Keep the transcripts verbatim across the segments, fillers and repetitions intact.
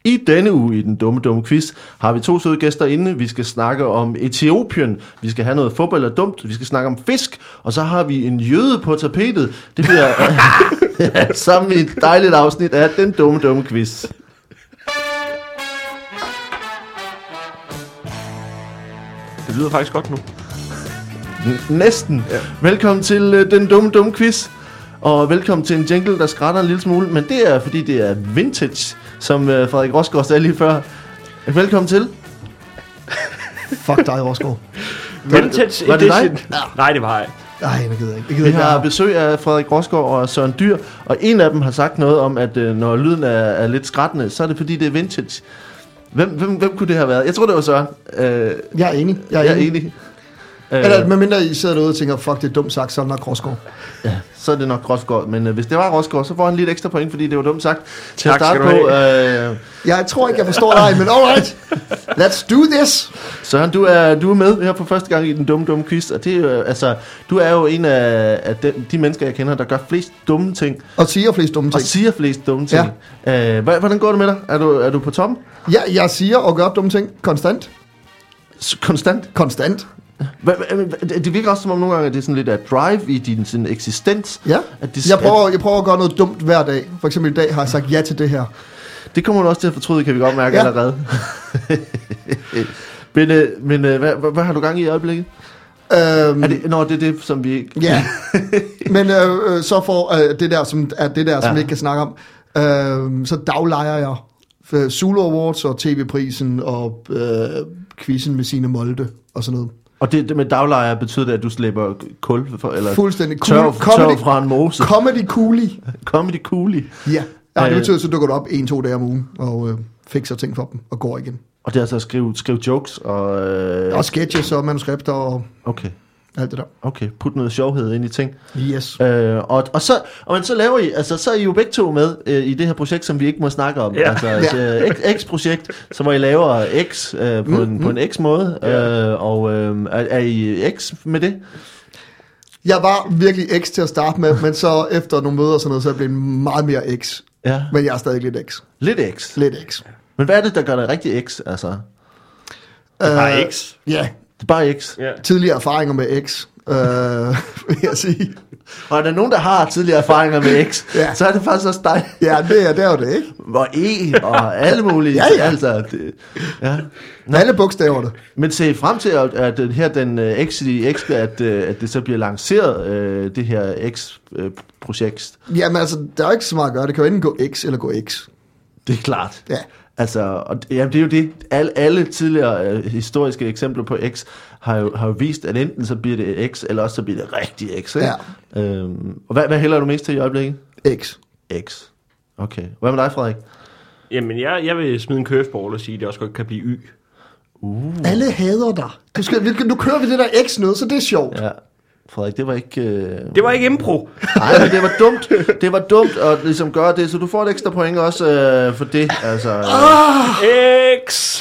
I denne uge i den dumme, dumme quiz har vi to søde gæster inde. Vi skal snakke om Etiopien, vi skal have noget fodbold og dumt, vi skal snakke om fisk, og så har vi en jøde på tapetet. Det bliver sammen i et dejligt afsnit af den dumme, dumme quiz. Det lyder faktisk godt nu. Næsten. Ja. Velkommen til uh, den dumme, dumme quiz. Og velkommen til en jingle, der skrætter en lille smule. Men det er, fordi det er vintage, som uh, Frederik Rosgaard sagde lige før. Velkommen til. Fuck dig, Rosgaard. Vintage var det edition. dig? Nej, det var jeg. Nej, jeg gider ikke. Jeg gider Vi ikke har være. besøg af Frederik Rosgaard og Søren Dyr. Og en af dem har sagt noget om, at uh, når lyden er, er lidt skrættende, så er det fordi, det er vintage. Hvem, hvem, hvem kunne det have været? Jeg tror, det var Søren. Uh, Jeg er enig. Jeg er, jeg er enig. enig. Eller medmindre I sidder derude og tænker, fuck, det er dumt sagt, så er det nok Rosgaard. Ja, så er det nok Rosgaard. Men øh, hvis det var Rosgaard, så får han lidt ekstra point, fordi det var dumt sagt. Til Tak at starte skal du på, øh, Jeg tror ikke, jeg forstår dig, men alright. Let's do this. Søren, du er, du er med her for første gang i den dumme, dumme quiz. Og det er jo, altså, du er jo en af, af de, de mennesker, jeg kender, der gør flest dumme ting. Og siger flest dumme Og ting. siger flest dumme ting. Ja. Øh, hvordan går det med dig? Er du, er du på toppen? Ja, jeg siger og gør dumme ting konstant. S- Konstant? Konstant. Hva, hva, det virker også som om nogle gange, at det er sådan lidt af drive i din sådan eksistens. Ja. At det, Jeg prøver, jeg prøver at gøre noget dumt hver dag. For eksempel i dag har jeg sagt ja til det her. Det kommer du også til at fortryde, kan vi godt mærke Ja. allerede. men øh, men øh, hvad, hvad, hvad har du gang i i øjeblikket? Øhm, Er det, nå, det er det, som vi ikke... Ja. Men øh, øh, så for øh, det der, som er det der, som Ja. vi ikke kan snakke om, øh, så daglejer jeg øh, Zulu Awards og T V-prisen og øh, quizzen med Signe Molde og sådan noget. Og det, det med daglejer betyder det, at du slipper kul for, eller Fuldstændig. tør, Cool- tør comedy- fra en mose. Comedy Coolie. Comedy coolie. Ja. Ja, det Øh. betyder, så dukker du op en-to dage om ugen og øh, fikser ting for dem og går igen. Og det er altså at skrive, skrive jokes og... Øh, Og sketches og manuskripter og okay, alt det der. okay. Put noget sjovhed ind i ting. Yes. Øh, og, og, så, og men så laver I, altså så er I jo begge to med øh, i det her projekt, som vi ikke må snakke om. Ja. Altså ja. X- X-projekt, som hvor I laver X øh, på, Mm, en, på en X-måde. Ja. Øh, og øh, er, er I X med det? Jeg var virkelig X til at starte med, men så efter nogle møder og sådan noget, så er jeg blevet meget mere X. Ja. Men jeg er stadig lidt X. Lidt X. Lidt X. Men hvad er det, der gør dig rigtig X? Altså, det Det er bare Øh, X. Ja, er bare X. Ja. tidligere erfaringer med X, øh, vil jeg sige. Og er der nogen, der har tidligere erfaringer med X, Ja. så er det faktisk også dig. Ja, det er, det er jo det, ikke? Og E og alle mulige. Ja, ja. Altså, det, ja. Nå. Alle bogstaverne. Men se frem til, at, at den her den uh, X i X, at, uh, at det så bliver lanceret, uh, det her X-projekt. Jamen altså, der er jo ikke så meget at gøre. Det kan jo enten gå X eller gå X. Det er klart. Ja. Altså, og, jamen, det er jo det. Alle, alle tidligere uh, historiske eksempler på X har jo, har jo vist, at enten så bliver det X, eller også så bliver det rigtig X. Ikke? Ja. Øhm, og hvad, hvad hælder du mest til i øjeblikket? X. X. Okay. Hvad med dig, Frederik? Jamen, jeg, jeg vil smide en curveball og sige, at det også godt kan blive Y. Uh. Alle hader dig. Du, skal, vi- nu kører vi det der X noget, så det er sjovt. Ja. Frederik, det var ikke... Øh... Det var ikke impro. Nej, men det var dumt. Det var dumt at ligesom gøre det, så du får et ekstra point også øh, for det. Altså, øh. X.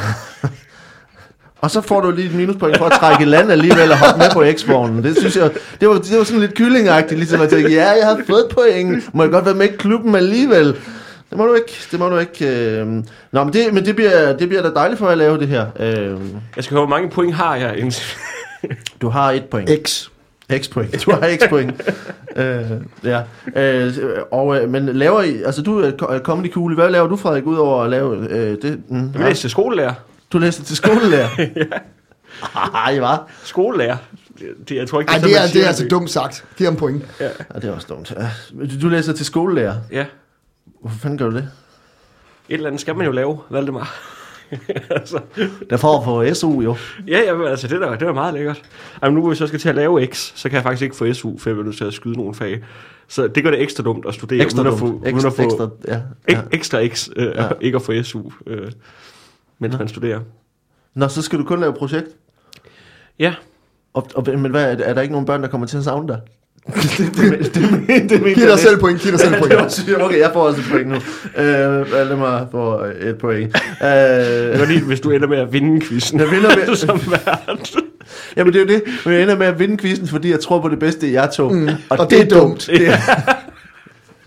Og så får du lige et minuspoint for at trække i land alligevel og hoppe med på X-vognen. Det synes jeg, det var, det var sådan lidt kyllingagtigt, ligesom at tænke, ja, jeg har fået point. Må jeg godt være med i klubben alligevel? Det må du ikke. Det må du ikke. Øh... Nå, men det, men det bliver, det bliver da dejligt for at lave det her. Øh... Jeg skal høre, hvor mange point har jeg indtil... Du har et point. X. X-point. Du har X-point. øh, ja. Øh, og, øh, men laver I... Altså, du er co- comedy cool. Hvad laver du, Frederik, ud over at lave øh, det? Mm, Jeg læste til skolelærer. Du læser til skolelærer? ja. Ej, hvad? Skolelærer. Det, jeg tror ikke, Ej, det, det sådan, er, man det er siger altså dumt sagt. Giv ham point. Ja. Ja, det er også dumt. Ja. Du, du læser til skolelærer. ja. Hvorfor fanden gør du det? Et eller andet skal man jo lave, Valdemar. altså. Derfor for S U jo. Ja, ja, men altså, det der, det var meget lækkert. Jamen, nu hvor vi så skal til at lave X, så kan jeg faktisk ikke få S U, for jeg vil nødt til at skyde nogle fag. Så det gør det ekstra dumt at studere, Ekstra uden, at dumt. få, uden at få Ekstra, ja. ek, ja. ekstra X, øh, Ja. ikke at få S U, øh, mens Nå. man studerer. Nå, så skal du kun lave projekt? Ja, Og, og, men hvad, er der ikke nogen børn, der kommer til at savne dig? det, det, det, det, det, Giv dig selv point. Giv dig selv Ja, point. det var sygt. Okay, jeg får også et point nu. Øh, lad mig få et point. Øh, det var lige, hvis du ender med at vinde quizzen. Jeg vinder med- som vært. Jamen det er jo det. Men jeg ender med at vinde quizzen, fordi jeg tror på det bedste i jer to. Mm. Og, Og det er dumt. det er Det er.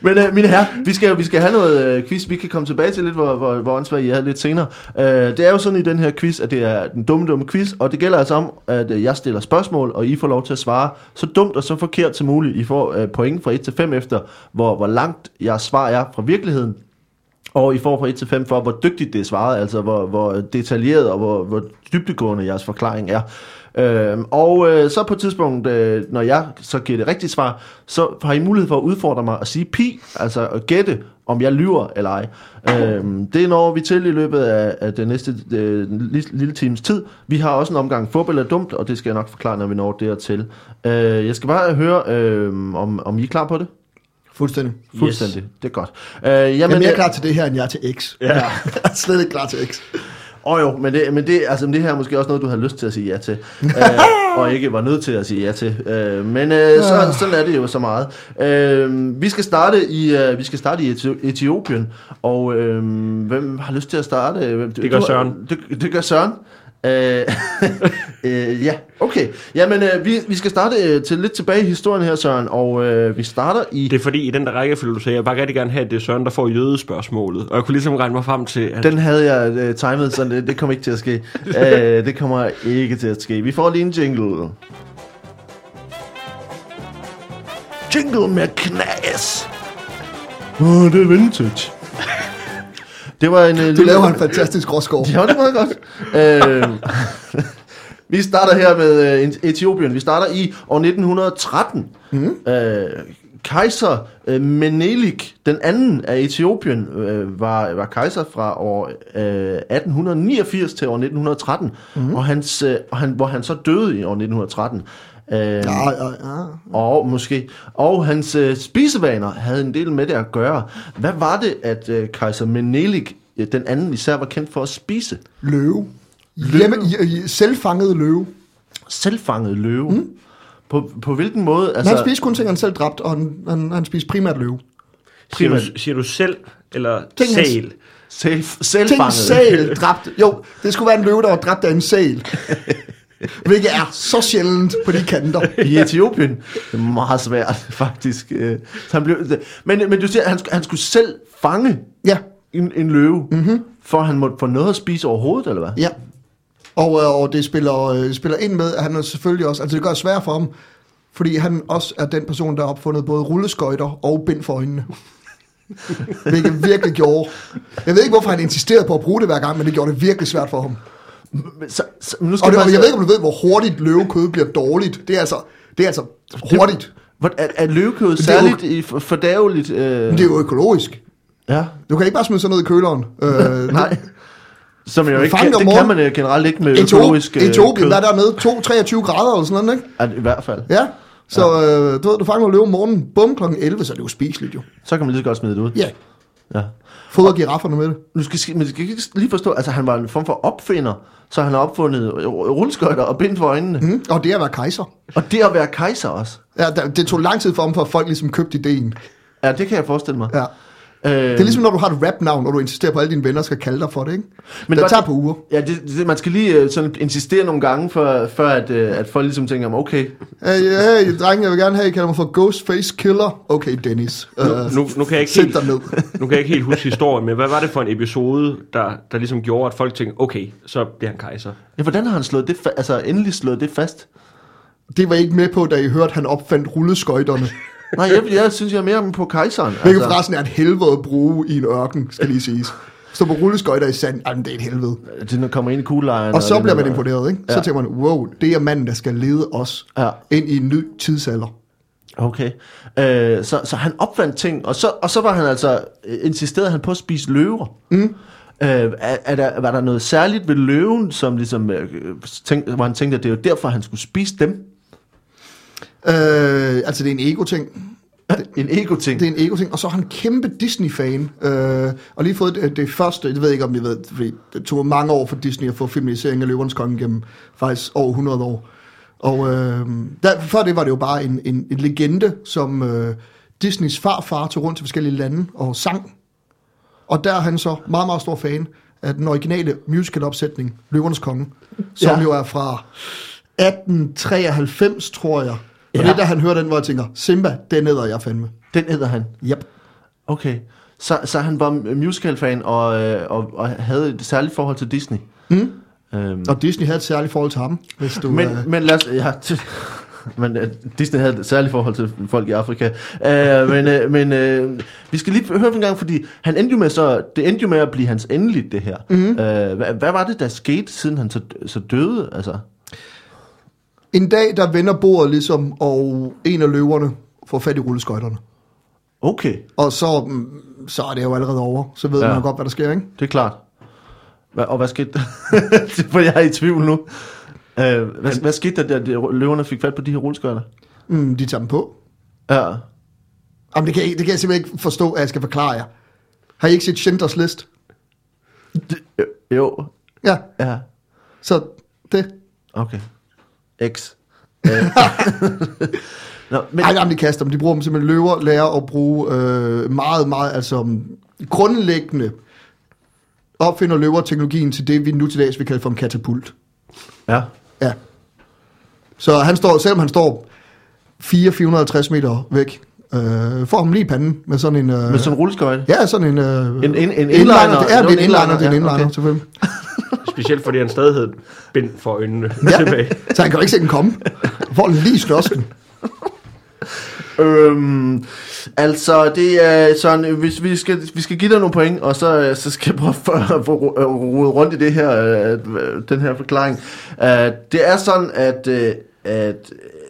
Men øh, mine herrer, vi skal, vi skal have noget øh, quiz. Vi kan komme tilbage til lidt, hvor, hvor, hvor ansvar I er lidt senere. Øh, det er jo sådan i den her quiz, at det er den dumme, dumme quiz, og det gælder altså om, at øh, jeg stiller spørgsmål, og I får lov til at svare så dumt og så forkert som muligt. I får øh, point fra et til fem efter, hvor, hvor langt jeres svar er fra virkeligheden. Og I får fra et til fem for, hvor dygtigt det er svaret, altså hvor, hvor detaljeret og hvor, hvor dybdegående jeres forklaring er. Øhm, og øh, så på et tidspunkt, øh, når jeg så giver det rigtige svar, så har I mulighed for at udfordre mig og sige pi, altså at gætte, om jeg lyver eller ej. Øhm, det når vi til i løbet af, af den næste øh, lille, lille times tid. Vi har også en omgang fodbold er dumt, og det skal jeg nok forklare, når vi når dertil. Øh, jeg skal bare høre, øh, om, om I er klar på det? Fuldstændig. Fuldstændig, yes. Det er godt. Øh, jamen, jeg er mere jeg... klar til det her, end jeg er til X. Ja. Jeg er slet ikke klar til X. Åh oh, jo, men det, men det, altså, det her er måske også noget, du har lyst til at sige ja til, øh, og ikke var nødt til at sige ja til. Øh, men øh, så, sådan er det jo så meget. Øh, vi skal starte i, øh, vi skal starte i Eti- Etiopien, og øh, hvem har lyst til at starte? Det gør Søren. Det, det gør Søren. Øh, øh, ja, okay. Jamen, øh, vi, vi skal starte øh, til lidt tilbage i historien her, Søren, og øh, vi starter i... Det er fordi, i den der rækkefølge, du sagde, jeg bare rigtig gerne have, at det er Søren, der får jødespørgsmålet. Og jeg kunne ligesom regne mig frem til... At... Den havde jeg øh, timet, så det, det kommer ikke til at ske. øh, det kommer ikke til at ske. Vi får lige en jingle. Jingle med knas. Åh, oh, det er vintage. Det var en... Du laver en fantastisk råskov. Ja, det var godt. øh, vi starter her med uh, Etiopien. Vi starter i år nitten tretten. Mm. Uh, kejser uh, Menelik, den anden af Etiopien, uh, var, var kejser fra år uh, atten niogfirs til år nitten tretten, mm. og hans, uh, og han, hvor han så døde i år nitten tretten. Uh, ja, ja, ja. Og måske og hans uh, spisevaner havde en del med det at gøre. Hvad var det, at uh, kejser Menelik, den anden, især var kendt for at spise? Løve. Hjemme, selvfanget løve. Selvfanget løve? Mm. På, på hvilken måde? Altså, han spiste kun ting, han selv dræbt, og han, han, han spiste primært løve. Siger du, siger du selv, eller ting, sæl? Selv, selvfanget. Ting sæl dræbt. Jo, det skulle være en løve, der var dræbt af en sæl. Hvilket er så sjældent på de kanter. I Etiopien. Det er meget svært, faktisk. Så han blev, men, men du siger, at han, han skulle selv fange ja. en, en løve, mm-hmm. for at han måtte få noget at spise overhovedet, eller hvad? Ja. Og, og det spiller, spiller ind med, at han er selvfølgelig også... Altså det gør svært for ham, fordi han også er den person, der har opfundet både rulleskøjter og bind for øjnene. Hvilket virkelig gjorde... Jeg ved ikke, hvorfor han insisterede på at bruge det hver gang, men det gjorde det virkelig svært for ham. Så, så, nu skal og det, jeg, jeg ved ikke, om du ved, hvor hurtigt løvekød bliver dårligt. Det er altså, det er altså hurtigt. Det, er, er løvekød særligt i fordærveligt? Øh... Det er jo økologisk. Ja. Du kan ikke bare smide sådan noget i køleren. Øh, Nej. Som jeg jo ikke kan, det kan man generelt ikke med Etiop, økologisk øh, Etiopien, der er dernede to, treogtyve grader eller sådan noget, ikke? Ja, i hvert fald. Ja, så ja. Øh, du ved, du fanger løve om morgenen, bum, klokken elleve, så er det jo spiseligt jo. Så kan man lige så godt smide det ud. Ja. Ja. Fodre girafferne med det. Nu skal, men skal ikke lige forstå, altså han var en form for opfinder, så han har opfundet rulleskøjter og bind for øjnene. Mm, og det at være kejser. Og det at være kejser også. Ja, det tog lang tid for ham, for at folk ligesom købte ideen. Ja, det kan jeg forestille mig. Ja. Øh, det er ligesom når du har et rap-navn, og du insisterer på, at alle dine venner skal kalde dig for det, ikke? Men det tager på uger. Ja, det, det, man skal lige sådan insistere nogle gange, for, før at, at folk ligesom tænker, okay. Hey, hey, drenge, jeg vil gerne have, I kalder mig for Ghostface Killer. Okay, Dennis. Nu, uh, nu, nu, kan jeg ikke helt, nu kan jeg ikke helt huske historien, men hvad var det for en episode, der, der ligesom gjorde, at folk tænkte, okay, så bliver han kejser? Ja, hvordan har han slået det, fa- altså endelig slået det fast? Det var I ikke med på, da I hørte, at han opfandt rulleskøjterne. Nej, jeg, jeg synes, jeg er mere på kejseren. Hvilket altså. Forresten er et helvede at bruge i en ørken, skal lige siges. Stå på rulleskøjter i sand, jamen det er et helvede. Det kommer ind i kuglelejren. Og så og bliver man imponeret, ikke? Så ja. Tænker man, wow, det er manden, der skal lede os ja. ind i en ny tidsalder. Okay. Øh, så, så han opfandt ting, og så, og så var han altså, insisterede han på at spise løver. Mm. Øh, er, er der, var der noget særligt ved løven, som ligesom, øh, tænkte, hvor han tænkte, at det var derfor, han skulle spise dem? Øh, altså det er en ego-ting. En ego-ting? Det er en ego-ting, og så er han kæmpe Disney-fan, øh, og lige fået det, det første, det ved jeg ikke om I ved, fordi det tog mange år for Disney at få filmatisering af Løvernes Konge gennem faktisk over hundrede år. Og øh, der, før det var det jo bare en, en, en legende, som øh, Disneys farfar tog rundt til forskellige lande og sang. Og der er han så meget, meget stor fan af den originale musical-opsætning, Løvernes Konge, som ja. jo er fra atten treoghalvfems, tror jeg. Og ja. Det er der, han hører den, hvor jeg tænker, Simba, den æder jeg fandme. Den æder han? Yep. Okay. Så, så han var musical-fan og, øh, og, og havde et særligt forhold til Disney. Mm. Øhm. Og Disney havde et særligt forhold til ham, hvis du... Men, øh... men lad os... Ja, men uh, Disney havde et særligt forhold til folk i Afrika. Uh, men uh, men uh, vi skal lige høre en gang, fordi han endte jo med så, det endte jo med at blive hans endeligt, det her. Mm-hmm. Uh, hvad, hvad var det, der skete, siden han så, så døde? Altså? En dag, der vender bordet ligesom, og en af løverne får fat i rulleskøjterne. Okay. Og så, så er det jo allerede over. Så ved ja. man godt, hvad der sker, ikke? Det er klart. Hva, og hvad skete der? For jeg er i tvivl nu. Uh, hvad, hvad skete der, da løverne fik fat på de her rulleskøjter? Mm, de tager dem på. Ja. Jamen, det kan, jeg, det kan jeg simpelthen ikke forstå, at jeg skal forklare jer. Har I ikke set Schindlers List? Det, jo. Ja. Ja. Så det. Okay. X. Uh. Nå, men... Ej, de kaster dem. De bruger dem simpelthen. Løver lærer at bruge øh, meget, meget, altså grundlæggende opfinder løver teknologien til det, vi nu til dags vil kalde for en katapult. Ja. Ja. Så han står, selvom han står fire til fire hundrede og halvtreds meter væk, øh, får ham lige i panden med sådan en... Øh, med sådan en rulleskøjte? Ja, sådan en... Øh, en, en, en inliner. inliner? Ja, det er en inliner, det er en inliner, okay. selvfølgelig. Specielt fordi han stadig havde bind for øjnene ja, tilbage. Så han kan jo ikke se den komme. Får den lige i snosken. Øhm, altså det er sådan, hvis vi skal vi skal give dig nogle point, og så så skal jeg prøve at få rodet rundt i det her øh, den her forklaring. Uh, det er sådan at uh, at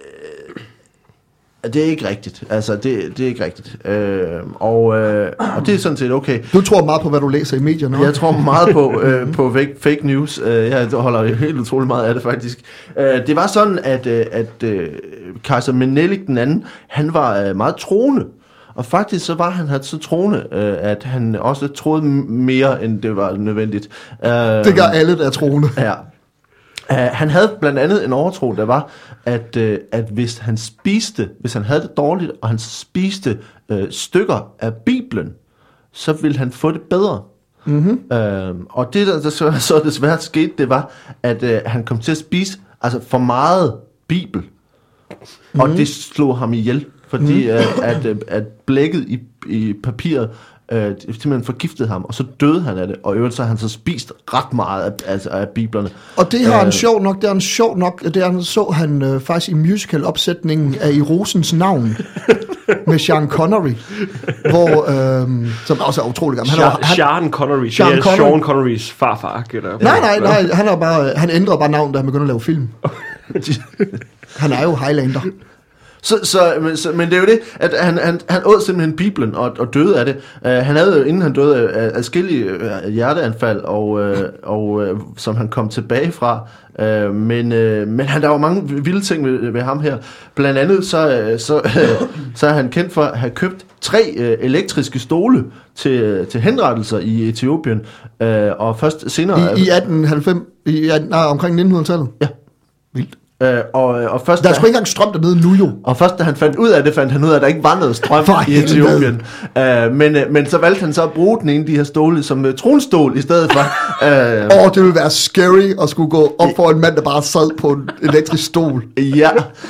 uh, det er ikke rigtigt. Altså det det er ikke rigtigt. Uh, og uh, og det er sådan set okay. Du tror meget på hvad du læser i medierne. Jeg tror meget på uh, på fake, fake news. Uh, jeg holder helt utroligt meget af det faktisk. Uh, det var sådan at uh, at uh, kejser Menelik den anden, han var uh, meget troende. Og faktisk så var han halt så troende, uh, at han også troede mere end det var nødvendigt. Uh, det gør alle der er troende. Ja. Uh, han havde blandt andet en overtro, der var, at, uh, at hvis han spiste, hvis han havde det dårligt, og han spiste uh, stykker af Bibelen, så ville han få det bedre. Mm-hmm. Uh, og det, der, der så, så desværre skete, det var, at uh, han kom til at spise altså for meget Bibel. Mm-hmm. Og det slog ham ihjel, fordi mm-hmm. uh, at, uh, at blækket i, i papiret Øh, simpelthen forgiftede ham, og så døde han af det, og i øvrigt så har han så spist ret meget af, altså af biblerne. Og det har han øh, sjov nok, det er han sjov nok, det er han, så han øh, faktisk i musical-opsætningen af I Rosens Navn med Sean Connery, hvor, øh, som også er utrolig gammel. Han er, Sean, Sean Connery, Sean det er Connery. Sean Connerys farfar, gætter. Nej, nej, nej, han, er bare, han ændrer bare navn, da han begynder at lave film. Han er jo Highlander. Så, så, men, så, men det er jo det, at han, han, han åd simpelthen Bibelen og, og døde af det. Uh, han havde jo, inden han døde, uh, adskillige uh, hjerteanfald, og, uh, og, uh, som han kom tilbage fra. Uh, men, uh, men han, der var mange vilde ting ved, ved ham her. Blandt andet så, uh, så, uh, så er han kendt for at have købt tre uh, elektriske stole til, uh, til henrettelser i Etiopien. Uh, og først senere... I, i atten halvfems, i, nej, omkring nitten hundrede-tallet? Ja. Vildt. Øh, og, og først, der er sgu ikke engang strøm dernede nu jo. Og først da han fandt ud af det, fandt han ud af, at der ikke var noget strøm For i Etiopien. Uh, men, men så valgte han så at bruge den ene af de her stole som uh, tronstol i stedet for. Åh, uh, oh, det ville være scary at skulle gå op for en mand, der bare sad på en elektrisk stol. Ja.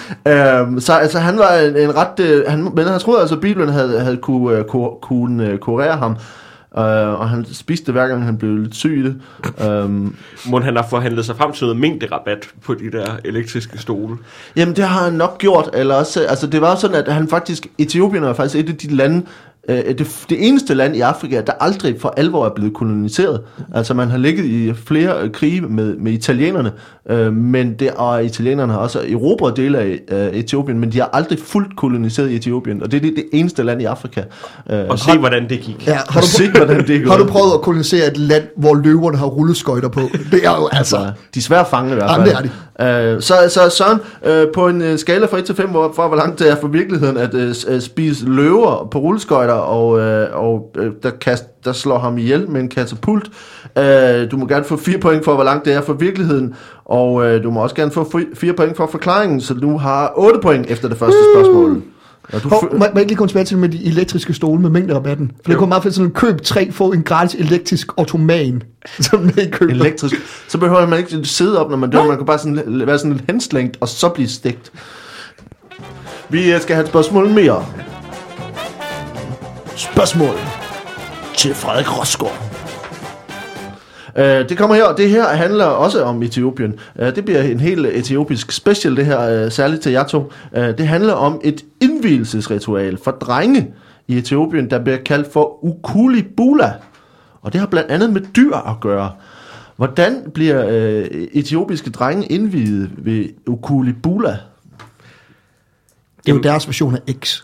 Uh, så altså, han var en, en ret... Uh, han, men han troede altså, at Bibelen havde, havde kunne, uh, kunne, kunne uh, kurere ham. Uh, og han spiste det hver gang han blev lidt syg i det. um, Må han have forhandlet sig frem til noget mængderabat på de der elektriske stole? Jamen det har han nok gjort. Eller også, altså det var sådan at han faktisk, Etiopien er faktisk et af de lande, uh, det, det eneste land i Afrika, der aldrig for alvor er blevet koloniseret. Altså man har ligget i flere uh, krige med, med italienerne, uh, men det, og italienerne har også erobret dele af uh, Etiopien, men de har aldrig fuldt koloniseret i Etiopien, og det er det, det eneste land i Afrika. Uh, og se hvordan det gik. Ja, har, du, se, hvordan det har du prøvet at kolonisere et land, hvor løverne har rulleskøjter på? Det er jo altså... altså de er svære at fange i hvert fald. Jamen, det er de. Uh, så, så Søren, uh, på en skala fra et til fem, hvor, for hvor langt det er for virkeligheden at uh, spise løver på rulleskøjter, og, uh, og uh, der, kast, der slår ham ihjel med en katapult. Uh, du må gerne få fire point for, hvor langt det er for virkeligheden, og uh, du må også gerne få fire point for forklaringen, så du har otte point efter det første uh. spørgsmål. Du Hov, må, må jeg ikke lige komme tilbage til med de elektriske stole med mængderabatten? For det kunne meget fedt sådan en køb tre, få en gratis elektrisk ottoman. Som elektrisk. Så behøver man ikke sidde op, når man dør. Man kan bare sådan, være sådan lidt henslængt, og så blive stegt. Vi skal have et spørgsmål mere. Spørgsmål til Frederik Rosgaard. Uh, det kommer her, og det her handler også om Etiopien. Uh, det bliver en helt etiopisk special, det her, uh, særligt til jer to. Uh, det handler om et indvielsesritual for drenge i Etiopien, der bliver kaldt for Ukulibula. Og det har blandt andet med dyr at gøre. Hvordan bliver uh, etiopiske drenge indviet ved Ukulibula? Det er jo deres version af X.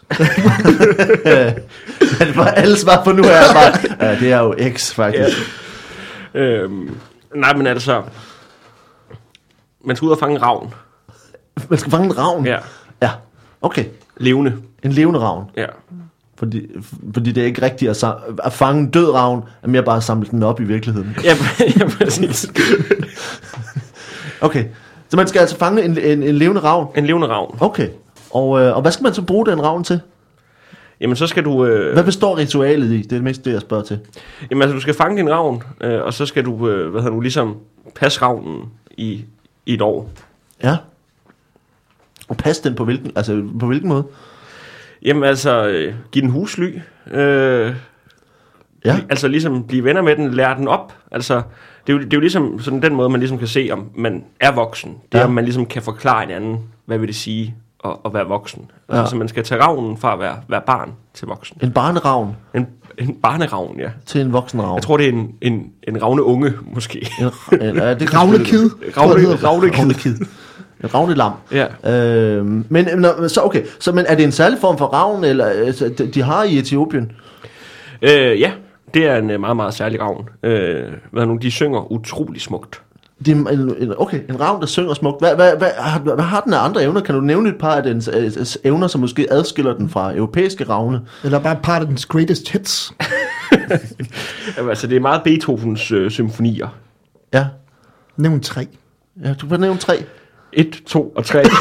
Det var alle svar på nu her. Bare, ja, det er jo X, faktisk. Ja. Øhm, nej, men altså... Man skal ud og fange en ravn. Man skal fange en ravn? Ja. Ja, okay. Levende. En levende ravn? Ja. Fordi, fordi det er ikke rigtigt at, at fange en død ravn, er mere bare at samle den op i virkeligheden. Ja, ja præcis. Okay, så man skal altså fange en, en, en levende ravn? En levende ravn. Okay, og, øh, og hvad skal man så bruge den ravn til? Jamen, så skal du... Øh... Hvad består ritualet i? Det er det mest det, jeg spørger til. Jamen, altså, du skal fange din ravn, øh, og så skal du, øh, hvad hedder du, ligesom passe ravnen i, i et år. Ja. Og passe den på hvilken, altså, på hvilken måde? Jamen, altså, øh, give den husly. Øh, Ja. Altså, ligesom blive venner med den, lære den op. Altså, det er, jo, det er jo ligesom sådan den måde, man ligesom kan se, om man er voksen. Det er, Ja. om man ligesom kan forklare hinanden, hvad vil det sige at, at være voksen. Ja. Altså, man skal tage ravnen fra at være, være barn til voksen. En barneravn En, en barneravn, ja. til en voksen ravn. Jeg tror, det er en, en, en ravne unge, måske. En, en, ja, det kan Ravnekid. Ravne, ravnekid. Ravnekid. En ravnelam. Ja. Øh, men nå, så okay, så men er det en særlig form for ravn, eller altså, de, de har i Etiopien? Øh, ja, det er en øh, meget, meget særlig ravn. Øh, hvad nu, de synger utrolig smukt. Det er en, en, okay, en ravn, der synger smukt. Hvad, hvad, hvad, har, hvad har den af andre evner? Kan du nævne et par af dens øh, evner, som måske adskiller den fra europæiske ravne? Eller bare part af dens greatest hits. Jamen, altså, det er meget Beethovens øh, symfonier. Ja, Nævn tre. ja du kan nævne tre. Et, to og tre.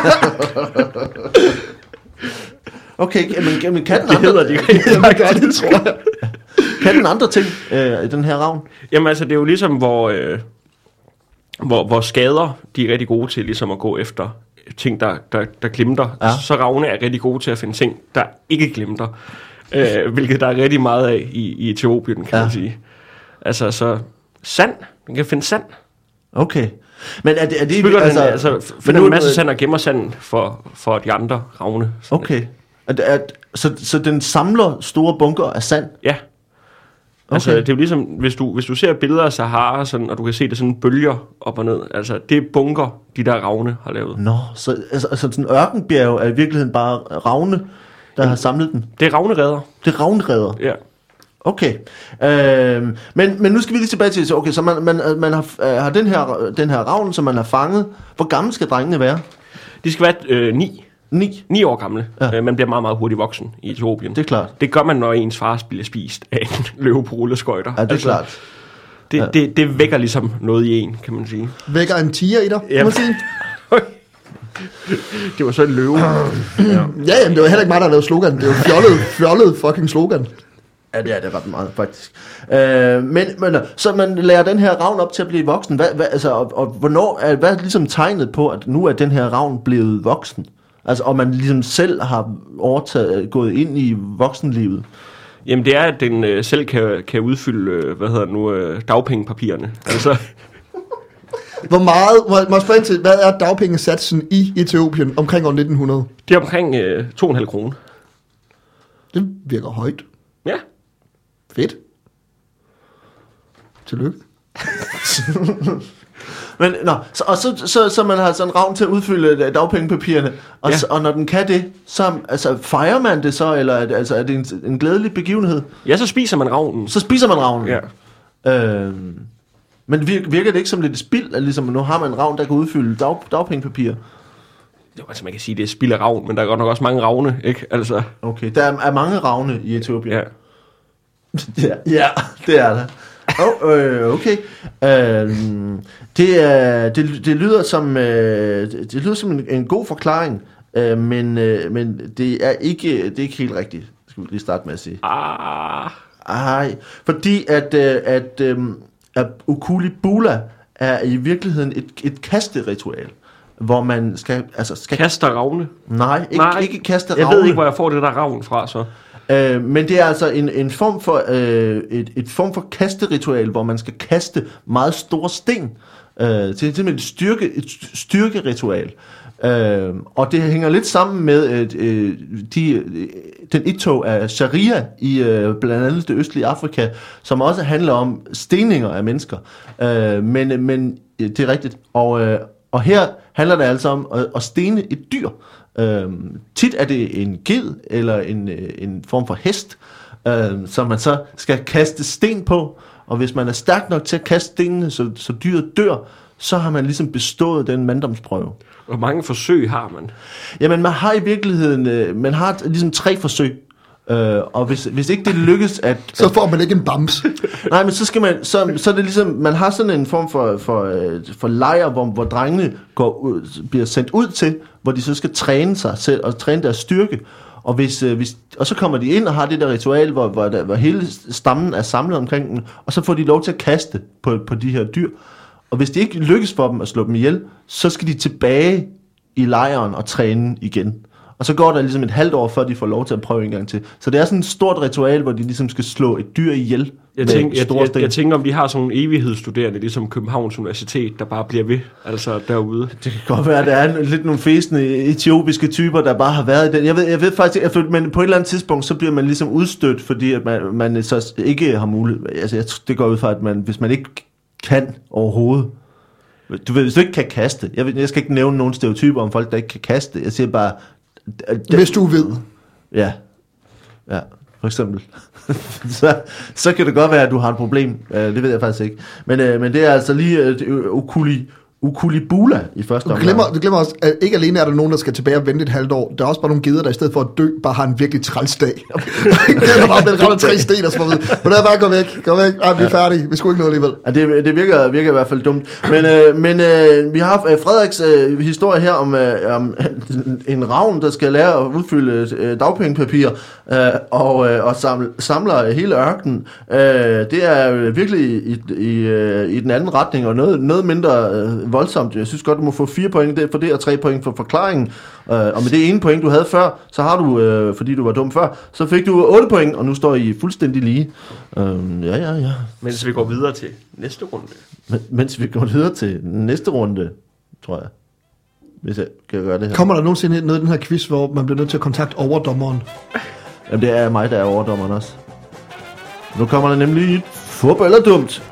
Okay, men, men kan den Det andre, hedder de. Hvad gør det, tror jeg? kan den andre ting øh, i den her ravn? Jamen, altså, det er jo ligesom, hvor, øh, hvor, hvor skader, de er rigtig gode til ligesom at gå efter ting, der, der, der glimter. Ja. Så ravne er rigtig gode til at finde ting, der ikke glimter. Øh, hvilket der er rigtig meget af i, i Etiopien, kan Ja. man sige. Altså, så sand. Man kan finde sand. Okay. Men er det... Er det Bygger altså, den, altså, men finder nu- en masse sand og gemmer sand for, for de andre ravne. Sådan. Okay. Er, det- er, så, så den samler store bunker af sand? Ja. Altså, Okay. det er jo ligesom, hvis du, hvis du ser billeder af Sahara, sådan, og du kan se det sådan bølger op og ned. Altså, det er bunker, de der ravne har lavet. Nå, så altså, altså sådan en ørkenbjerg er i virkeligheden bare ravne, der har samlet den? Det er ravneredder. Det er ravnredder? Ja. Okay. Øhm, men, men nu skal vi lige tilbage til, så okay, så man, man, man har, øh, har den her, den her ravn, som man har fanget. Hvor gammel skal drengene være? De skal være øh, ni. Ni? Ni år gamle. Ja. Ja. Øh, man bliver meget, meget hurtigt voksen i Etiopien. Det er klart. Det gør man, når ens far bliver spist af en løve på rulleskøjter. Ja, det er altså, klart. Det, Ja. det, det vækker ligesom noget i en, kan man sige. Vækker en tiger i dig, Ja. kan man sige. Det var så en løve. ja. Ja, jamen, det var heller ikke mig, der lavede slogan. Det er jo fjollet, fjollet fucking slogan. Ja, det er det ret meget, faktisk. Øh, men, men, så man lærer den her ravn op til at blive voksen. Hvad, hvad, altså, og, og hvornår er, hvad er ligesom tegnet på, at nu er den her ravn blevet voksen? Altså, og man ligesom selv har overtaget, gået ind i voksenlivet. Jamen det er, at den øh, selv kan, kan udfylde, øh, hvad hedder det nu, øh, dagpengepapirerne. Altså, Hvor meget, må, må jeg spørge ind til, hvad er dagpengesatsen i Etiopien omkring år nitten hundrede? det er omkring øh, to komma fem kroner. Det virker højt. Ja. Fedt. Tillykke. Men, nå, så, og så, så, så man har sådan en ravn til at udfylde dagpengepapirerne, og, Ja. så, og når den kan det, så altså, fejrer man det så, eller er det, altså, er det en, en glædelig begivenhed? Ja, så spiser man ravnen. Så spiser man ravnen. Ja. Øhm, men virker, virker det ikke som lidt spild, at ligesom, nu har man en ravn, der kan udfylde dag, dagpengepapir? Jo, altså man kan sige, det er spild af ravn, men der er godt nok også mange ravne, ikke? Altså, Okay, der er, er mange ravne i Etiopien. ja. Ja, ja, det er der. Oh, øh, okay. Øhm, det, er, det, det lyder som øh, det lyder som en, en god forklaring, øh, men, øh, men det er ikke det er ikke helt rigtigt. Skal vi lige starte med at sige. Ah, Ej, fordi at øh, at, øh, at Ukulibula er i virkeligheden et, et kasteritual, hvor man skal altså skal kaster ravne. nej, ikke Nej, ikke kaste Jeg ravne. ved ikke, hvor jeg får det der ravn fra, så. Øh, men det er altså en, en form for øh, et, et form for kasteritual, hvor man skal kaste meget store sten. Øh, det er simpelthen et, styrke, et styrkeritual. Øh, og det hænger lidt sammen med øh, de, den indtog af sharia i øh, blandt andet det østlige Afrika, som også handler om steninger af mennesker. Øh, men, men det er rigtigt. Og, øh, og her handler det altså om at, at stene et dyr. Øh, tit er det en ged eller en, en form for hest, øh, som man så skal kaste sten på. Og hvis man er stærk nok til at kaste stenene, så, så dyret dør, så har man ligesom bestået den manddomsprøve. Hvor mange forsøg har man? Jamen, man har i virkeligheden, øh, man har ligesom tre forsøg. Øh, og hvis, hvis ikke det lykkes at... Så får man ikke en bams. Nej, men så skal man, så, så er det ligesom, man har sådan en form for, for, for lejr, hvor, hvor drengene går ud, bliver sendt ud til, hvor de så skal træne sig selv, og træne deres styrke. Og, hvis, hvis, og så kommer de ind og har det der ritual, hvor, hvor, der, hvor hele stammen er samlet omkring dem, og så får de lov til at kaste på, på de her dyr. Og hvis det ikke lykkes for dem at slå dem ihjel, så skal de tilbage i lejren og træne igen. Og så går der ligesom et halvt år, før de får lov til at prøve en gang til. Så det er sådan et stort ritual, hvor de ligesom skal slå et dyr ihjel. Jeg, tænk, jeg, jeg, jeg tænker, om de har sådan nogle evighedsstuderende, ligesom Københavns Universitet, der bare bliver ved, altså derude. Det kan godt være, at der er lidt nogle fæsende etiopiske typer, der bare har været i den. Jeg ved, jeg ved faktisk ikke, men på et eller andet tidspunkt, så bliver man ligesom udstødt, fordi at man, man så ikke har mulighed. Altså, jeg, det går ud fra, at man, hvis man ikke kan overhovedet. Du ved, hvis du ikke kan kaste. Jeg, ved, jeg skal ikke nævne nogen stereotyper om folk, der ikke kan kaste. Jeg siger bare... Det, hvis du ved. Ja. Ja, for eksempel. så, så kan det godt være, at du har et problem. Det ved jeg faktisk ikke. Men, men det er altså lige uh, ukuli... Ukulibula i første omgang. Du glemmer, du glemmer også, at ikke alene er der nogen, der skal tilbage og vente et halvt år. Der er også bare nogle geder, der i stedet for at dø, bare har en virkelig træls dag. Det er bare blevet ramt af tre sten og så videre. Men der er bare, gå væk, gå væk. Ej, vi er færdige. Vi skulle ikke noget alligevel. Ja, det, det virker, virker i hvert fald dumt. Men, øh, men øh, vi har øh, Frederiks øh, historie her om, øh, om en ravn, der skal lære at udfylde øh, dagpengepapir øh, og, øh, og samle, samler hele ørkenen. Øh, det er virkelig i, i, øh, i den anden retning, og noget, noget mindre øh, voldsomt. Jeg synes godt, du må få fire point for det, og tre point for forklaringen. Uh, og med det ene point, du havde før, så har du, uh, fordi du var dum før, så fik du otte point, og nu står I fuldstændig lige. Uh, ja, ja, ja. Mens vi går videre til næste runde. Men, mens vi går videre til næste runde, tror jeg. Hvis jeg kan gøre det her. Kommer der nogensinde noget i den her quiz, hvor man bliver nødt til at kontakte overdommeren? Jamen, det er mig, der er overdommeren også. Nu kommer der nemlig et fup eller dumt.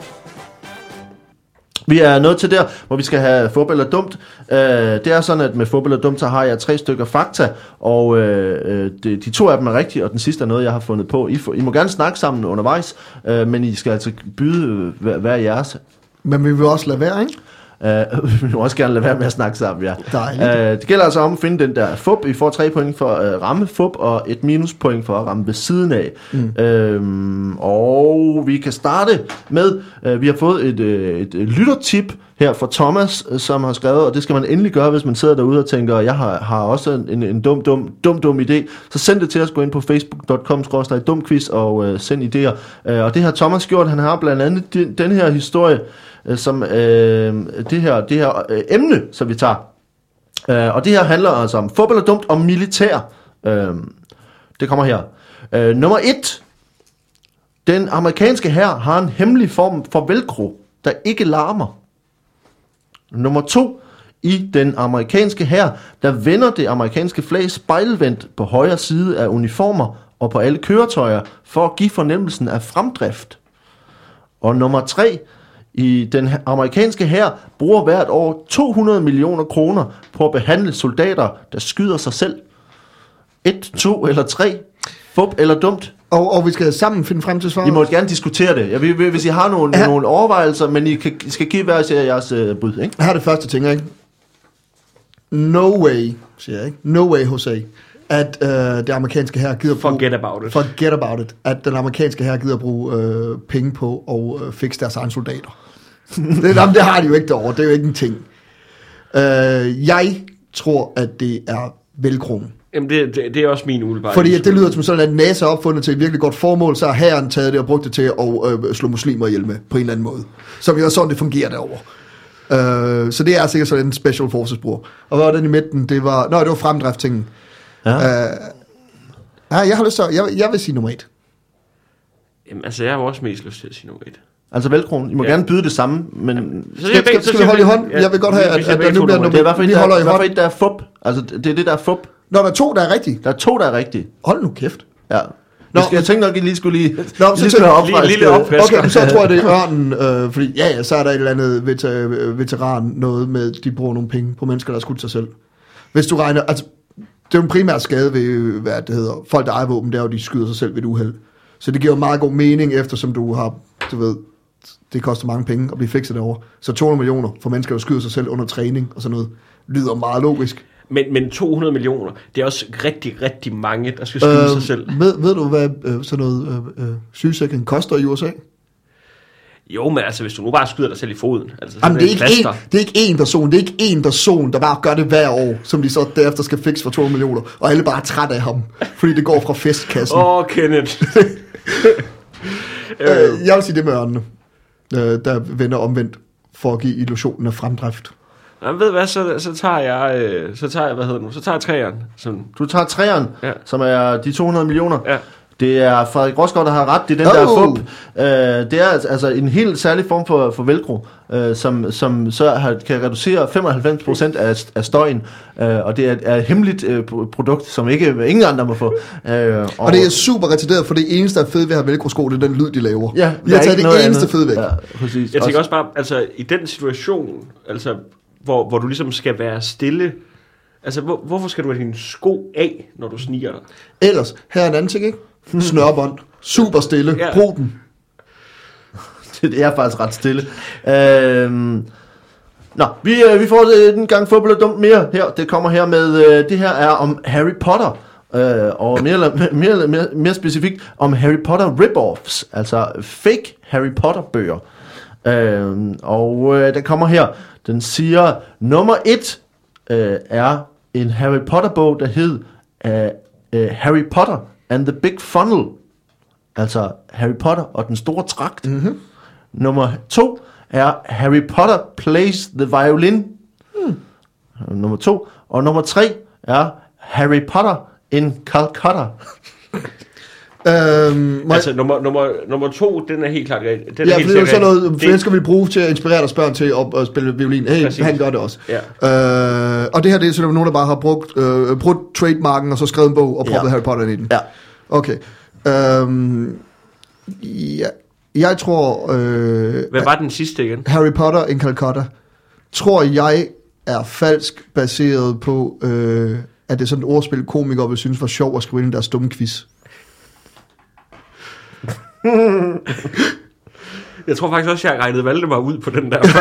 Vi er nået til der, hvor vi skal have fup eller dumt. Uh, det er sådan, at med fup eller dumt, så har jeg tre stykker fakta, og uh, de, de to af dem er rigtige, og den sidste er noget, jeg har fundet på. I, I må gerne snakke sammen undervejs, uh, men I skal altså byde hver, hver jeres. Men vi vil også lade være, ikke? Uh, vi vil også gerne lade være med at snakke sammen, ja. Dejligt. Uh, det gælder altså om at finde den der fup. I får tre point for at uh, ramme fup, og et minuspoint for at ramme ved siden af. Mm. Uh, og vi kan starte med, uh, vi har fået et, uh, et lyttertip her fra Thomas, uh, som har skrevet, og det skal man endelig gøre, hvis man sidder derude og tænker, jeg har, har også en, en dum, dum, dum, dum idé. Så send det til os, gå ind på facebook punktum com skråstreg dumquiz og uh, send idéer. Uh, og det har Thomas gjort, han har blandt andet den, den her historie, som øh, det her, det her øh, emne, som vi tager. Øh, og det her handler altså om fup eller dumt, om militær. Øh, det kommer her. Øh, nummer et. Den amerikanske hær har en hemmelig form for velcro, der ikke larmer. Nummer to. I den amerikanske hær, der vender det amerikanske flag spejlvendt på højre side af uniformer og på alle køretøjer, for at give fornemmelsen af fremdrift. Og nummer tre. I den amerikanske hær bruger hvert år to hundrede millioner kroner på at behandle soldater, der skyder sig selv. Et, to eller tre. Fup eller dumt. Og, og vi skal sammen finde frem til svaret. I må gerne diskutere det. Jeg vil, hvis I har nogle, ja. nogle overvejelser, men I, kan, I skal give hver sig jeres uh, bud, ikke? Her er det første ting, ikke? No way, siger jeg, ikke? No way, Jose. At uh, det amerikanske hær gider bruge... Forget about it. Forget about it. At den amerikanske hær gider bruge uh, penge på at uh, fikse deres egne soldater. det, jamen, det har de jo ikke derovre. Det er jo ikke en ting. Uh, jeg tror, at det er velcroen. Jamen, det, det, det er også min umiddelbare. Fordi at det lyder som sådan, at NASA er opfundet til et virkelig godt formål, så har hæren taget det og brugt det til at øh, slå muslimer ihjel med, på en eller anden måde. Som jo er sådan, det fungerer derovre. Uh, så det er sikkert sådan en Special Forces bror. Og hvad var den i midten? Det var, nå, det var fremdrift-tingen. Ja. Uh, Ja, jeg har lyst til at, jeg, jeg vil sige nummer et. Jamen, altså, jeg har også mest lyst til at sige nummer et. Altså velkronen. I må ja. gerne byde det samme, men... Så Skal, skal, skal vi holde i hånd? Ja, jeg vil godt have, at, at der nu bliver nummer... Det er i hvert fald et, der, der er fup. Altså, det er det, der er fup. Nå, der er to, der er rigtige. Der er to, der er rigtige. Hold nu kæft. Ja. Nå, jeg tænkte nok, at I lige skulle lige... Nå, så lige lige, lille opfrisk. Okay, så tror jeg, det er ørnen, øh, fordi ja, ja, så er der et eller andet veter, veteran, noget med, de bruger nogle penge på mennesker, der har skudt sig selv. Hvis du regner... Altså, det er jo en primær skade ved, hvad det hedder, folk, der ejer våben, det er jo, de skyder sig selv ved et uheld. Så det giver jo meget god mening, eftersom du har, du ved, det koster mange penge at blive fikset derovre. Så to hundrede millioner for mennesker, der skyder sig selv under træning og sådan noget, lyder meget logisk. Men, men to hundrede millioner, det er også rigtig, rigtig mange, der skal skyde øh, sig selv. Ved, ved du, hvad øh, sådan noget øh, øh, sygesikring koster i U S A? Jo, men altså, hvis du nu bare skyder dig selv i foden. Altså, Jamen, det, er ikke en, det er ikke én person, det er ikke én person, der bare gør det hver år, som de så derefter skal fikse for to hundrede millioner, og alle bare er træt af ham, fordi det går fra festkassen. Åh, oh, Kenneth. øh, jeg vil sige det med ørnene, øh, der vender omvendt for at give illusionen af fremdrift. Jamen, ved du hvad, så, så tager jeg, øh, så tager jeg, hvad hedder det nu, så tager jeg træeren. Som... Du tager træeren, ja. som er de to hundrede millioner. Ja. Det er Frederik Rosgaard, der har ret. Det er den oh. der fup. Uh, det er altså en helt særlig form for, for velcro, uh, som, som så har, kan reducere femoghalvfems procent af, af støjen. Uh, og det er, er et hemmeligt uh, produkt, som ikke ingen andre må få. Uh, og, og det er super retarderet, for det eneste, der er fedt ved at have velcro-sko, det er den lyd, de laver. Ja, vi har taget det eneste fede væk. Ja, præcis. Jeg tænker også bare, altså i den situation, altså hvor, hvor du ligesom skal være stille. Altså, hvor, hvorfor skal du have dine sko af, når du sniger dig? Ellers, her er en anden ting, ikke? Snørbånd. Super stille. Ja. Brug den. Det er faktisk ret stille. Øhm, nå, vi, vi får en gang fodbold og dumt mere her. Det kommer her med, det her er om Harry Potter. Øh, og mere, eller, mere, eller, mere, mere specifikt om Harry Potter rip-offs. Altså fake Harry Potter bøger. Øhm, og øh, den kommer her. Den siger, nummer et øh, er en Harry Potter bog, der hed øh, øh, Harry Potter and the Big Funnel. Altså Harry Potter og den store tragt. Mm-hmm. Nummer to er Harry Potter Plays the Violin. Mm. Nummer to. Og nummer tre er Harry Potter in Calcutta. Øhm, altså nummer, nummer, nummer to, den er helt klart den ja, er helt for det er sådan noget, mennesker vil bruge til at inspirere deres børn til at, at spille violin. Hey, præcis. Han gør det også. Ja. Øh, og det her, det er sådan nogen, der bare har brugt, øh, brugt trademarken, og så skrevet en bog og proppet ja. Harry Potter ind i den. Ja. Okay. Øhm, ja, jeg tror... Øh, Hvad var den sidste igen? Harry Potter in Calcutta. Tror jeg er falsk baseret på, øh, at det er sådan et ordspil, komikere vil synes var sjov at skrive ind i deres dumme quiz. Jeg tror faktisk også, jeg regnede Valdemar ud på den der.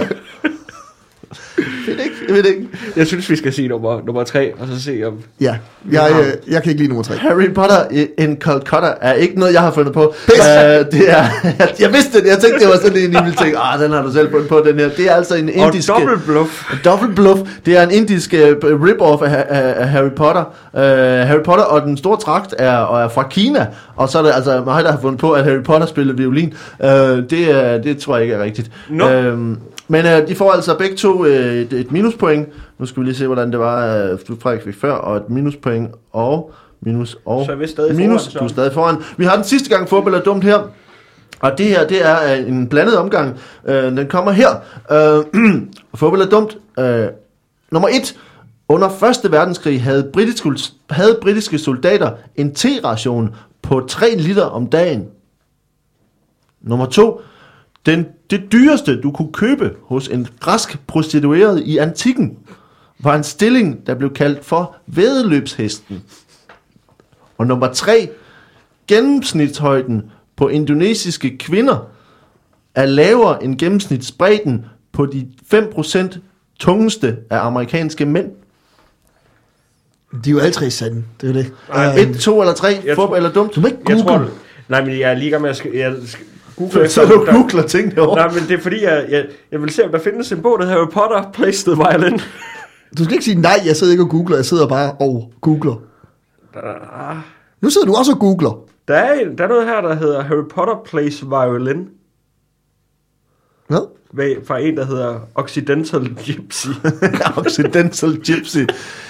Jeg ved ikke, jeg ved ikke. Jeg synes, vi skal sige nummer, nummer tre, og så se om... Ja, jeg, jeg, jeg kan ikke lide nummer tre. Harry Potter in Calcutta er ikke noget, jeg har fundet på. Uh, det er, jeg, jeg vidste det, jeg tænkte, det var sådan en, I ville tænke, ah, den har du selv fundet på, den her. Det er altså en indisk... Og double bluff. Double bluff. Det er en indisk uh, rip-off af, af, af Harry Potter. Uh, Harry Potter og den store tragt er, og er fra Kina, og så er det altså mig, der har fundet på, at Harry Potter spiller violin. Uh, det, det tror jeg ikke er rigtigt. No. Uh, Men øh, de får altså begge to øh, et, et minuspoint. Nu skal vi lige se, hvordan det var. Øh, du Frederik fik før, og et minuspoint og minus og så er vi stadig minus. Foran, du er stadig foran. Vi har den sidste gang fodbold er dumt her. Og det her, det er en blandet omgang. Øh, den kommer her. Øh, fodbold er dumt. Øh, nummer et. Under første verdenskrig havde britiske, havde britiske soldater en te-ration på tre liter om dagen. Nummer to. Den, det dyreste, du kunne købe hos en græsk prostitueret i antikken, var en stilling, der blev kaldt for væddeløbshesten. Og nummer tre, gennemsnitshøjden på indonesiske kvinder er lavere end gennemsnitsbredden på de fem procent tungeste af amerikanske mænd. De er jo alle tre sande, det er det. Ej, et, to eller tre, fup eller dumt. Du må ikke google. Jeg tror, nej, men jeg er lige gang med at sk- jeg sk- google. Så du googler ting derovre. Nej, men det er fordi, jeg, jeg, jeg vil se, om der findes en bog, der hedder Harry Potter Plays the Violin. Du skal ikke sige, nej, jeg sidder ikke og googler, jeg sidder bare og googler. Der, nu sidder du også og googler. Der er, en, der er noget her, der hedder Harry Potter Plays Violin. Hvad? Fra en, der hedder Occidental Gypsy. Occidental Gypsy.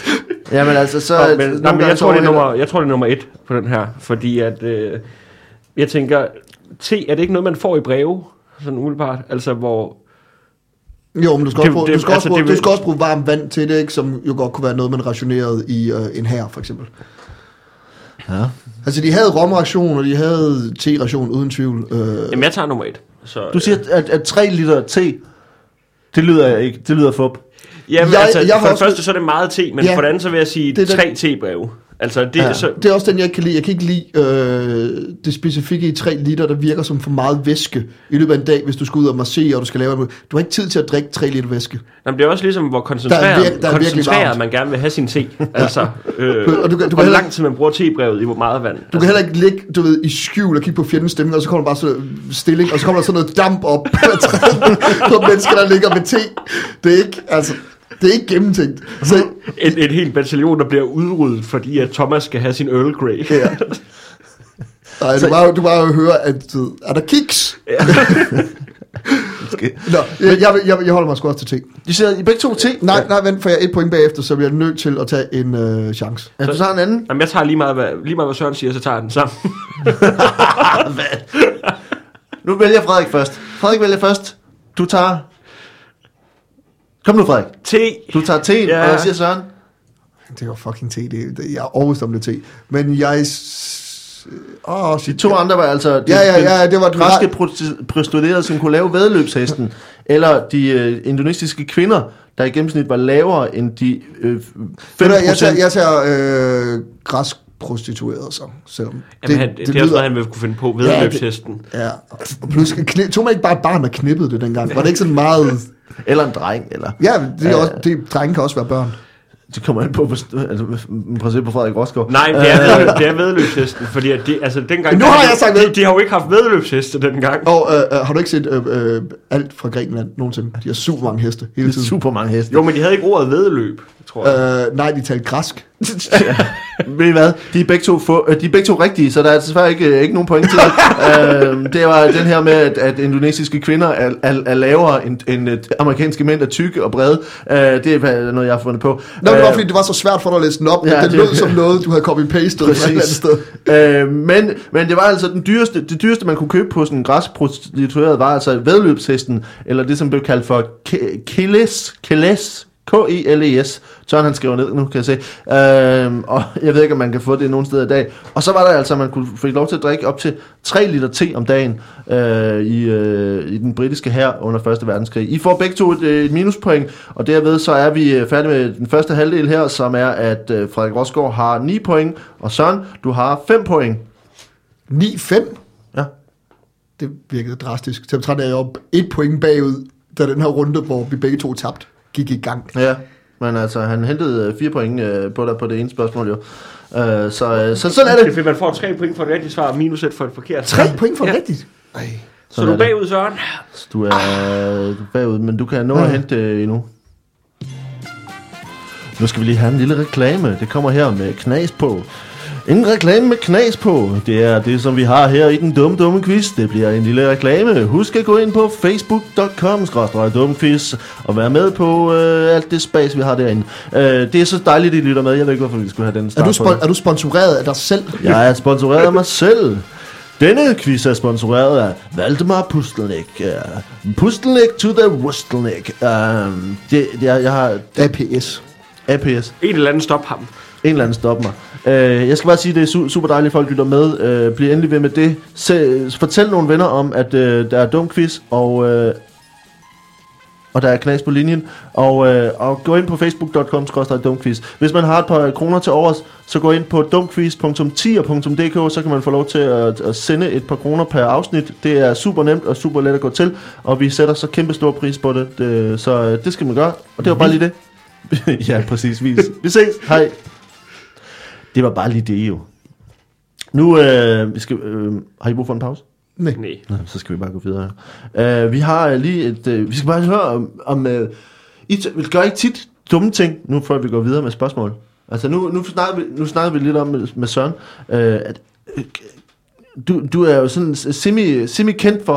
Jamen altså, så... Nå, men, nej, men jeg, tror, det er nummer, jeg tror, det er nummer et på den her, fordi at... Øh, jeg tænker, te, er det ikke noget, man får i breve? Sådan umiddelbart, altså hvor... Jo, men du skal, Det- også, bruge, det- du, skal altså, også bruge, det du vil- skal også bruge varmt vand til det, ikke? Som jo godt kunne være noget, man rationerede i øh, en hær, for eksempel. Ja. Altså, de havde romration, og de havde te-ration, uden tvivl. Øh, Jamen, jeg tager nummer et. Så, Du siger, at, at tre liter te, det lyder ikke, det lyder fup. Jamen, Jeg- altså, jeg for har det også- første, så er det meget te, men Ja. for det andet, så vil jeg sige Det er tre tebreve. Altså, det, Ja. så, Det er også den, jeg ikke kan lide. Jeg kan ikke lide øh, det specifikke i tre liter, der virker som for meget væske i løbet af en dag, hvis du skal ud og massere, og du skal lave noget. Du har ikke tid til at drikke tre liter væske. jamen, det er også ligesom, hvor Der er koncentreret, virke- der er virkelig koncentreret varmt. man gerne vil have sin te. Altså, øh, Og du kan- du kan hvor heller- lang tid man bruger tebrevet i hvor meget vand. Du kan heller ikke ligge, du ved, i skjul og kigge på fjendens stemning, og så kommer der bare sådan stilling, og så kommer der sådan noget damp op på mennesker, der ligger med te. Det er ikke, altså, det er ikke gennemtænkt. Så, En, en hel bataljon, der bliver udryddet, fordi at Thomas skal have sin Earl Grey. ja. Nej, du bare, du bare høre, at øh, er der kiks? Nå, jeg, jeg, jeg, jeg holder mig sgu også til te. De siger, I begge to te? Nej, nej, vent, for jeg er et point bagefter, så bliver jeg nødt til at tage en øh, chance. Ja, du tager en anden. Jamen, jeg tager lige meget, hvad, lige meget, hvad Søren siger, så tager jeg den sammen. Nu vælger Frederik først. Frederik vælger først. Du tager... Kom nu, Frederik. Te. Du tager teen, Ja. og jeg siger Søren. Det var fucking te, det, det, jeg er overbevist om det te. Men jeg... s- Åh, De shit. to andre var altså... De, Ja, ja, ja, det var den græske ret- prosti- prostituerede, som kunne lave væddeløbshesten. Eller de øh, indonesiske kvinder, der i gennemsnit var lavere end de øh, fem Ved du hvad, Jeg procent. tager, jeg tager øh, græsk prostitueret så, selvom Jamen, han, det, det, er også noget, han vil kunne finde på ved Ja, det- løbshesten. Ja, og plus, knip, tog man ikke bare et barn, der knippede det dengang? Var det ikke sådan meget... Eller en dreng, eller... Ja, det er Ja. også, det, drenge kan også være børn. Det kommer an på, hvor- altså, præcis på Frederik Rosgaard. Nej, det er, ved, det er vedløbshesten, fordi at de, altså, dengang, Men nu har de, jeg sagt de, ved- de har jo ikke haft vedløbsheste dengang. Og øh, øh, har du ikke set øh, øh, alt fra Grækenland nogensinde? De har super mange heste hele Det er tiden. super mange heste. Jo, men de havde ikke ordet vedløb, tror jeg. Øh, nej, de talte græsk. Ved I hvad? De er begge to, få, øh, de er begge to rigtige, så der er desværre ikke, ikke nogen point til det. øh, det var den her med, at, at indonesiske kvinder er, er, er lavere end, end øh, amerikanske mænd er tykke og brede. Øh, det er noget, jeg har fundet på. Nå, det var Øh, fordi, det var så svært for dig at læse den op. Ja, Ja, det, det- lød som noget, du havde copy-pastet fra et eller andet sted. Øh, men, men det var altså den dyreste, det dyreste, man kunne købe på sådan en græsprostitueret, var altså væddeløbshesten, eller det, som blev kaldt for ke- Keles, Keles, K E L E S. Søren han skriver ned nu, kan jeg se. Øhm, og jeg ved ikke, om man kan få det nogen steder i dag. Og så var der altså, at man kunne få lov til at drikke op til tre liter te om dagen øh, i, øh, i den britiske hær under første verdenskrig. I får begge to et, et minuspoint, og derved så er vi øh, færdige med den første halvdel her, som er, at øh, Frederik Rosgaard har ni point, og Søren, du har fem point. ni fem? Ja. Det virkede drastisk. Så jeg er jeg op et point bagud, da den her runde, hvor vi begge to tabte, gik i gang. Ja, men altså, han hentede øh, fire point øh, på dig på det ene spørgsmål, jo. Øh, så, øh, så sådan er Det er det. fordi, man får tre point for det rigtige svar, og minus et for et forkert. Tre point for Ja. rigtigt. Ej. Så Sådan du er er det. bagud, Søren. Du er, du er bagud, men du kan nå at hente øh, endnu. Nu skal vi lige have en lille reklame. Det kommer her med knas på. En reklame med knas på. Det er det, som vi har her i den dumme, dumme quiz. Det bliver en lille reklame. Husk at gå ind på facebook punktum com skråstreg dumme quiz og være med på øh, alt det spas, vi har derinde. Øh, det er så dejligt, at I lytter med. Jeg ved ikke, hvorfor vi skulle have den Er start du, på. spon- er du sponsoreret af dig selv? Jeg er sponsoreret af mig selv. Denne quiz er sponsoreret af Valdemar Pustelnik. Uh, Pustelnik to the Rustelnik. Uh, det, det er, jeg har A P S. A P S. En eller anden stop ham. En eller anden stopper mig. Uh, jeg skal bare sige, at det er su- super dejligt, at folk lytter med. Uh, bliv endelig ved med det. Se, fortæl nogle venner om, at uh, der er dum quiz, og... Uh, og der er knas på linjen. Og, øh, og gå ind på facebook punktum com skråstreg dumquiz. Hvis man har et par kroner til overs, så gå ind på dumquiz punktum tier punktum d k, så kan man få lov til at, at sende et par kroner per afsnit. Det er super nemt og super let at gå til, og vi sætter så kæmpe stor pris på det. det så øh, det skal man gøre, og det var bare lige det. Ja, præcis. Vi, vi ses. Hej. Det var bare lige det jo. Nu øh, vi skal, øh, har I brug for en pause? Nej. Nej. Nå, så skal vi bare gå videre. Uh, vi har uh, lige et... Uh, vi skal bare høre om... om uh, I t- vi gør ikke tit dumme ting, nu før vi går videre med spørgsmål. Altså nu, nu, snakker, vi, nu snakker vi lidt om med, med Søren. Uh, at, uh, du, du er jo sådan semi, semi kendt for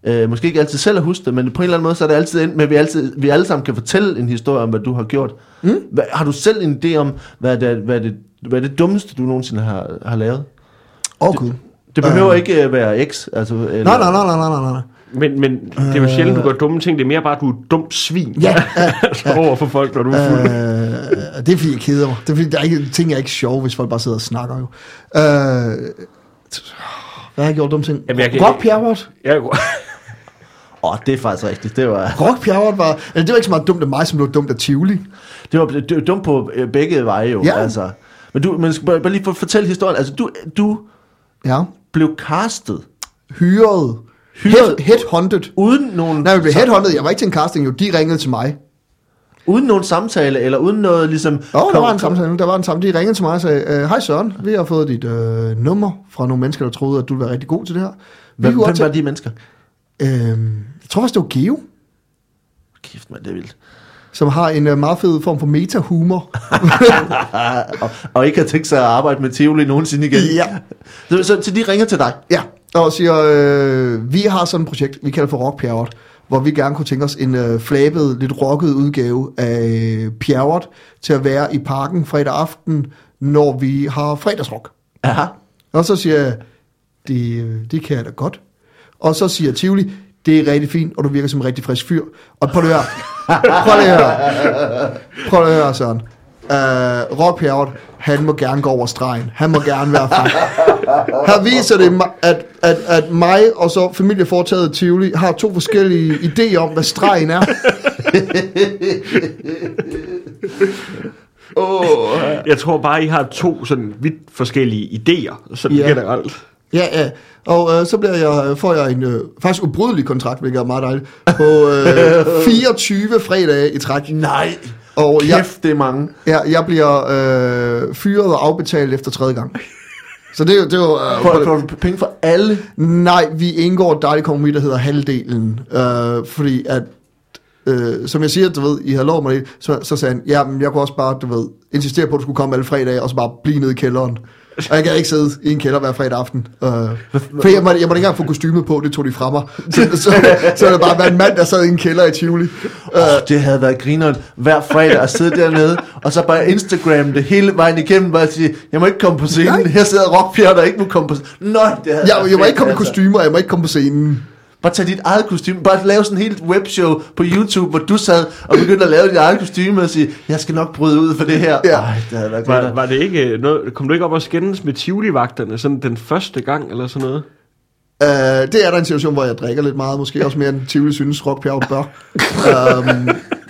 Øh, måske ikke altid selv at huske det, men på en eller anden måde, så er det altid endt med, at vi, altid, vi alle sammen kan fortælle en historie om, hvad du har gjort. Mm. Hvad, har du selv en idé om, hvad det, hvad det, hvad det dummeste, du nogensinde har, har lavet? Åh, oh, gud. Det, det behøver uh, ikke være X. Altså, eller, nej, nej, nej, nej, nej, nej. Men, men det er jo sjældent, du gør dumme ting. Det er mere bare, at du er et dumt svin. Ja, ja, ja. Over for folk, når du er fuld. Uh, det er fordi, jeg keder mig. Det er fordi, der er ikke, ting er ikke sjove, hvis folk bare sidder og snakker jo. Uh, hvad har jeg gjort dumme ting? Rockpjerrot. Ja, Åh, oh, det er faktisk rigtigt. Det var... Rockpjerrot var... Altså, det var ikke så meget dumt af mig, som det var dumt af Tivoli. Det var, det var dumt på begge veje jo. Ja. Altså. Men du men skal bare, bare lige for, fortælle historien. Altså, du, du ja. blev castet. Hyret. Hyret. Head, headhunted. Uden nogen... Nej, jeg blev headhunted. Jeg var ikke til en casting, jo. De ringede til mig. Uden nogen samtale, eller uden noget ligesom... Åh, oh, der var en samtale. Der var en samtale. De ringede til mig og sagde, hej Søren, vi har fået dit øh, nummer fra nogle mennesker, der troede, at du ville være rigtig god til det her. Hvem, hvem til... var de mennesker? Øhm, jeg tror faktisk, det var Geo. Kæft, man, det er vildt. Som har en uh, meget fed form for meta-humor. og, og ikke har tænkt sig at arbejde med Tivoli nogensinde igen. Ja. Så, så, så de ringer til dig? Ja, og siger, øh, vi har sådan et projekt, vi kalder for Rockpjerrot, hvor vi gerne kunne tænke os en øh, flabet, lidt rocket udgave af Pjerrot til at være i parken fredag aften, når vi har fredagsrock. Aha. Og så siger jeg, det, det kan jeg da godt. Og så siger Tivoli, det er rigtig fint, og du virker som en rigtig frisk fyr. Og prøv lige at høre. Prøv lige at høre. Prøv lige at høre, Søren. Uh, Rockpjerrot, han må gerne gå over stregen. Han må gerne være fri. Her viser det, at, at, at mig og så familieforetaget Tivoli har to forskellige idéer om, hvad stregen er. oh. Jeg tror bare, I har to sådan vidt forskellige idéer, sådan ja. generelt. Ja, ja. Og øh, så bliver jeg, får jeg en øh, faktisk ubrydelig kontrakt, hvilket er meget dejligt, på øh, fireogtyve fredage i træk. Nej, og kæft, jeg, det er mange. Ja, jeg bliver øh, fyret og afbetalt efter tredje gang. Så det, det var... Øh, får, får du penge for alle? Nej, vi indgår et dejligt kompromis, der hedder halvdelen. Øh, fordi at, øh, som jeg siger, du ved, I havde lov mig det, så, så sagde han, ja, men jeg kunne også bare, du ved, insistere på, at du skulle komme alle fredage, og så bare blive nede i kælderen. Og jeg kan ikke sidde i en kælder hver fredag aften. Uh, for jeg måtte, jeg måtte ikke engang få kostymet på, det tog de fra mig. Så, så, så, så det bare være en mand, der sad i en kælder i Tivoli. Uh, oh, det havde været grineren hver fredag at sidde dernede, og så bare Instagram det hele vejen igennem, bare sige, jeg må ikke komme på scenen. Nej. Her sidder Rockpjerrot, der ikke må komme på scenen. Nej, det havde jeg, jeg må ikke komme i kostymer, jeg må ikke komme på scenen. Bare tage dit eget kostyme, bare lave sådan et helt webshow på YouTube, hvor du sad og begyndte at lave dit eget kostyme og sige, jeg skal nok bryde ud for det her. Ja. Ej, det havde været var, var det ikke noget, kom du ikke op og skændes med Tivoli-vagterne sådan den første gang eller sådan noget? Uh, det er der en situation, hvor jeg drikker lidt meget, måske også mere end Tivoli synes Rockpjerrot bør. um,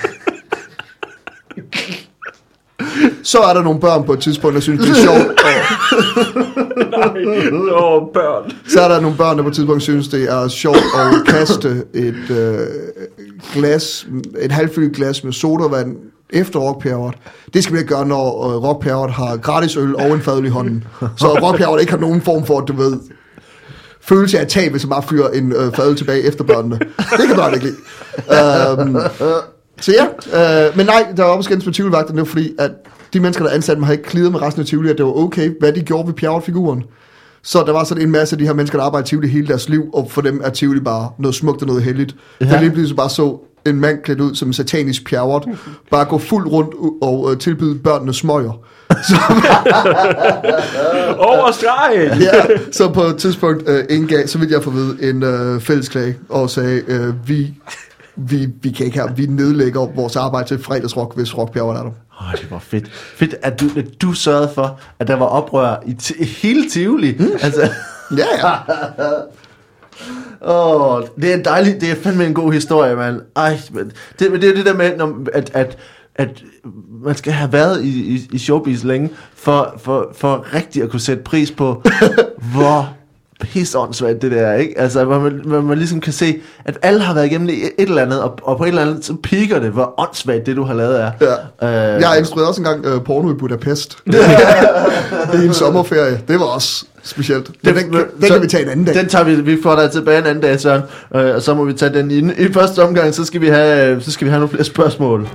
Så er der nogle børn på et tidspunkt, der synes, det er sjovt. Nej, åh, børn. Så er der nogle børn, der på et tidspunkt synes, det er sjovt at kaste et øh, glas, et halvfyldt glas med sodavand efter Rockpjerrot. Det skal vi ikke gøre, når øh, Rockpjerrot har gratis øl og en fadøl i hånden. Så Rockpjerrot ikke har nogen form for, du ved, følelse af tab, hvis man bare fyrer en øh, fadøl tilbage efter børnene. Det kan børn ikke lide. Um, så ja, øh, men nej, der var opskændes med Tivoli-vagterne, det var fordi, at de mennesker, der ansatte mig, havde ikke klidet med resten af Tivoli, at det var okay, hvad de gjorde ved Pjerrot-figuren. Så der var sådan en masse af de her mennesker, der arbejdede i Tivoli hele deres liv, og for dem er Tivoli bare noget smukt og noget heldigt. Ja. Der lige pludselig bare så en mand klædt ud som en satanisk Pjerrot, bare gå fuld rundt og øh, tilbyde børnene smøger. Så, over stregen! Ja, så på et tidspunkt øh, indgav, så ville jeg få vide en øh, fællesklage, og sagde, øh, vi... Vi, vi kan ikke her, vi nedlægger vores arbejde til fredagsrock, hvis Rockpjerrot er der. Åh, oh, det var fedt. Fedt, at du, at du sørgede for, at der var oprør i t- hele Tivoli. Mm. Altså. Ja, ja. Åh, oh, det er dejligt, det er fandme en god historie, mand. Ej, det, det er det der med, når, at, at, at man skal have været i, i, i showbiz længe, for, for, for rigtig at kunne sætte pris på, hvor pisseåndssvagt det der er, ikke? Altså, hvor man, hvor man ligesom kan se, at alle har været igennem et eller andet, og, og på et eller andet, så piker det, hvor åndssvagt det, du har lavet er. Ja. Uh, jeg har instrueret også engang uh, porno i Budapest. Det er en sommerferie. Det var også specielt. Den, den, den, den kan vi tage en anden dag. Den tager vi, vi får dig tilbage en anden dag, Søren. Uh, og så må vi tage den i, i første omgang, så skal vi have, så skal vi have nogle flere spørgsmål.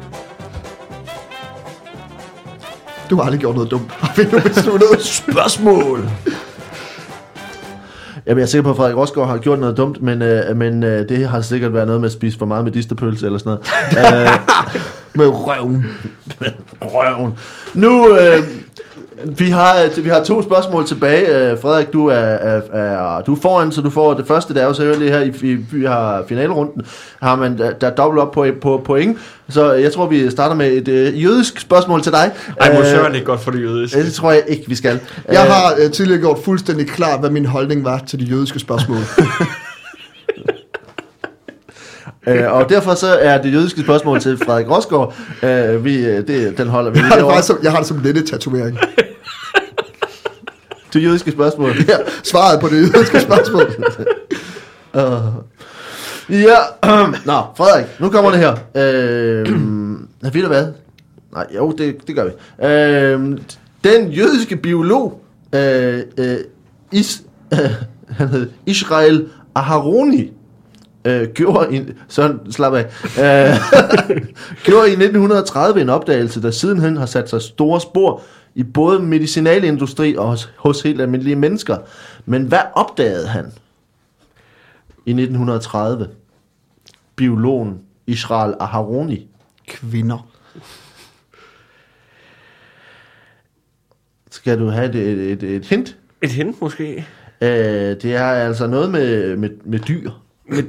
Du har aldrig gjort noget dumt. Har vi nu besluttet noget spørgsmål? Jamen, jeg er sikker på, at Frederik Rosgaard har gjort noget dumt, men, øh, men øh, det har sikkert været noget med at spise for meget medisterpølse eller sådan noget. øh, Med røven. med røven. Nu, øh, vi, har, vi har to spørgsmål tilbage. Øh, Frederik, du er, er, er, du er foran, så du får det første, der er jo selvfølgelig her, i, i, vi har finalerunden, har man, der, der er dobbelt op på, på point. Så jeg tror, vi starter med et øh, jødisk spørgsmål til dig. Ej, må søren ikke godt for det jødiske. Det tror jeg ikke, vi skal. Jeg har øh, tidligere gjort fuldstændig klart, hvad min holdning var til de jødiske spørgsmål. Øh, og derfor så er det jødiske spørgsmål til Frederik Rosgaard, øh, vi, det, den holder vi Jeg har, det derovre. faktisk som, jeg har det som lette tatovering. Det jødiske spørgsmål. Ja, svaret på det jødiske spørgsmål. uh, ja, nå, Frederik, nu kommer det her. Øh, ved du hvad? Nej, jo, det, det gør vi. Øh, den jødiske biolog, øh, øh, Is, øh, han hed Israel Aharoni, Øh, gjorde i, sådan, slap af, øh, gjorde i nitten tredive en opdagelse, der sidenhen har sat sig store spor i både medicinalindustri og hos, hos helt almindelige mennesker. Men hvad opdagede han i nitten tredive? Biologen Israel Aharoni. Kvinder. Skal du have et, et, et, et hint? Et hint måske? Øh, det er altså noget med, med, med dyr. Med,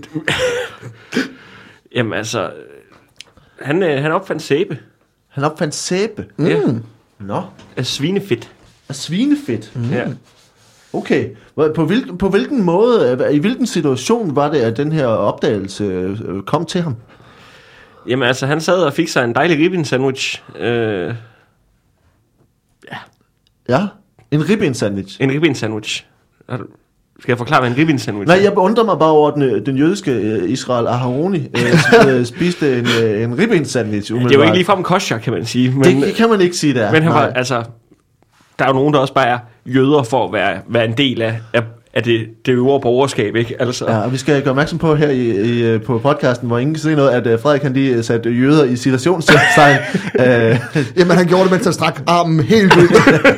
jamen altså, han, øh, han opfandt sæbe. Han opfandt sæbe. Mm. Ja. Nå, Af svinefedt. af svinefedt. Mm. Ja. Okay. På hvilken, på hvilken måde, i hvilken situation var det, at den her opdagelse øh, kom til ham? Jamen altså, han sad og fik sig en dejlig ribben sandwich. Øh, Ja, en ribben sandwich. en ribben sandwich. Skal jeg forklare, hvad en ribben sandwich Nej, jeg undrer mig bare over, at den, den jødiske øh, Israel Aharoni øh, spiste en, øh, en ribben sandwich. Ja, det er jo ikke ligefrem kosher, kan man sige. Men, Det, det kan man ikke sige, der. men han var, altså, der er jo nogen, der også bare er jøder for at være, være en del af, af, af det, det øvre borgerskab, ikke? Altså. Ja, og vi skal gøre opmærksom på her i, i, på podcasten, hvor ingen kan se noget, at uh, Frederik han lige satte jøder i citationstegn. uh, Jamen, han gjorde det, mens han strak armen helt ud.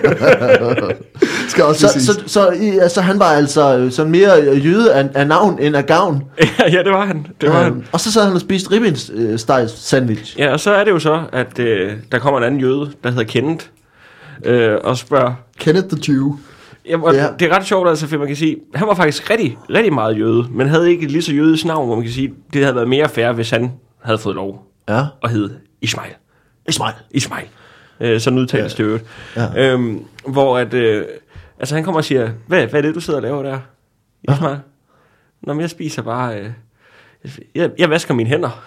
Skal også så, sige. så, så, i, altså, han var altså sådan mere jøde af, af navn end af gavn. ja, det var han. Det var uh, han. Og så sad han og spiste ribben uh, sandwich. Ja, og så er det jo så, at øh, der kommer en anden jøde, der hedder Kenneth, øh, og spørger... Kenneth the Jew. Jamen, og Ja. det er ret sjovt, altså, for man kan sige, han var faktisk rigtig, rigtig meget jøde, men havde ikke et lige så jødisk navn, hvor man kan sige, det havde været mere fair, hvis han havde fået lov Ja. at hedde Ismail. Ismail. Ismail. Øh, sådan udtales Ja. det øvrigt. Ja. Øhm, hvor at, øh, altså han kommer og siger, hvad, hvad er det, du sidder og laver der? Ismail? Nå, men jeg spiser bare, øh, jeg, jeg vasker mine hænder.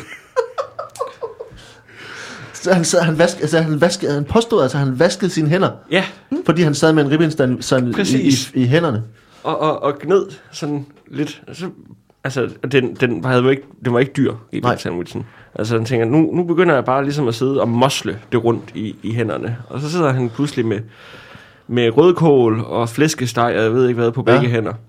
Så han, sad, han, vask, altså, han, vaskede, han påstod, altså han vaskede sine hænder, Ja, fordi han sad med en ribben sandwich i, Præcis. i, i hænderne. og, og, og gned sådan lidt. Så, altså, den, den, var jo ikke, den var ikke dyr i Nej. den sandwichen. Altså, han tænker, nu, nu begynder jeg bare ligesom at sidde og mosle det rundt i, i hænderne. Og så sidder han pludselig med, med rødkål og flæskesteg, og jeg ved ikke hvad, på begge Ja. hænder.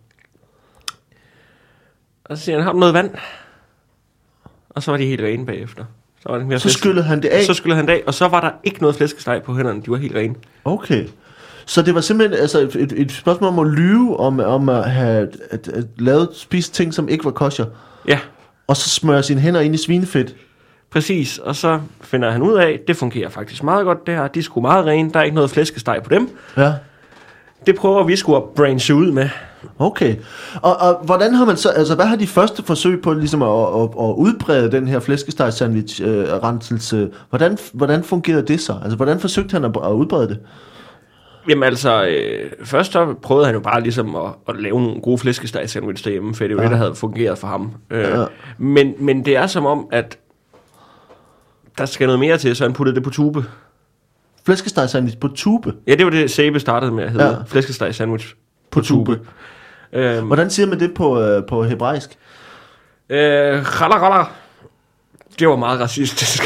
Og så siger han, har du noget vand? Og så var de helt rene bagefter. Så, var det mere Så flæske- skyllede han det af. Så skyllede han det af, og så var der ikke noget flæskesteg på hænderne. De var helt rene. Okay. Så det var simpelthen altså et, et, et spørgsmål om at lyve, om, om at have at, at lavet spist ting, som ikke var kosher, Ja, og så smøre sine hænder ind i svinefedt. præcis. Og så finder han ud af, det fungerer faktisk meget godt det her. De er sgu meget rene. Der er ikke noget flæskesteg på dem. Ja. Det prøver vi sgu at branche ud med. Okay. Og, og hvordan har man så, altså hvad har de første forsøg på ligesom at, at, at udbrede den her flæskesteg sandwich øh, renselse? Hvordan, hvordan fungerede det så? Altså hvordan forsøgte han at, at udbrede det? Jamen altså, øh, først så prøvede han jo bare ligesom at, at lave nogle gode flæskesteg sandwich derhjemme, for det er jo Ja. det, der havde fungeret for ham. Øh, Ja. men, men det er som om, at der skal noget mere til, så han puttede det på tube. Flæskesteg sandwich på tube? Ja, det var det, Sæbe startede med at hedde. Ja. Ja. Flæskesteg sandwich På tube. Øhm, Hvordan siger man det på, øh, på hebraisk? øh, ralla, ralla. Det var meget racistisk.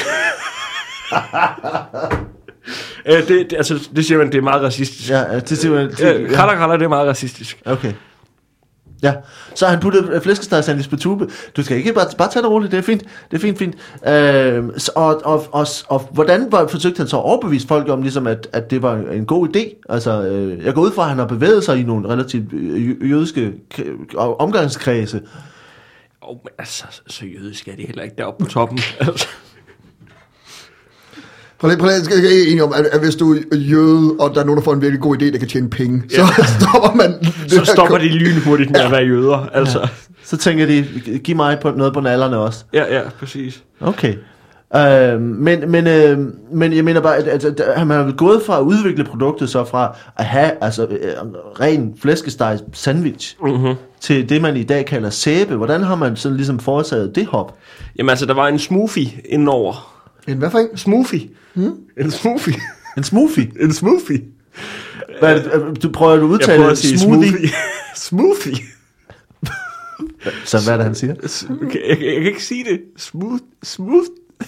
øh, det, det, altså, det siger man, det er meget racistisk. Ja, det siger man... Øh, ralla, ralla, det er meget racistisk. Okay. Ja, så har han puttet flæskestegsandwich på tube. Du skal ikke bare, bare tage det roligt, det er fint. Det er fint, fint. Øh, og, og, og, og hvordan var, forsøgte han så at overbevise folk om, ligesom at, at det var en god idé? Altså, øh, jeg går ud fra, at han har bevæget sig i nogle relativt jødiske omgangskredse. Åh, oh, men altså, så jødisk er de heller ikke deroppe på toppen. Altså. Prøv lige, prøv lige, jeg er enig om, at, at hvis du er jøde, og der er nogen, der får en virkelig god idé, der kan tjene penge, ja. så stopper man... Så stopper de lynhurtigt med ja. at være jøder, altså. Ja. Så tænker de, giv mig på, noget på nallerne også. Ja, ja, præcis. Okay. Øh, men, men, øh, men jeg mener bare, at, at, at man har gået fra at udvikle produktet, så fra at have altså, øh, ren flæskesteg sandwich, mm-hmm. til det, man i dag kalder sæbe. Hvordan har man sådan ligesom foretaget det hop? Jamen altså, der var en smoothie indenover. En hvad for en? Smoothie. Hmm? En smoothie. En smoothie? En smoothie. Hvad er det, du prøver at udtale jeg prøver at sige smoothie. Smoothie. Så hvad er det, han siger? Jeg, jeg, jeg kan ikke sige det. Smooth. Smooth.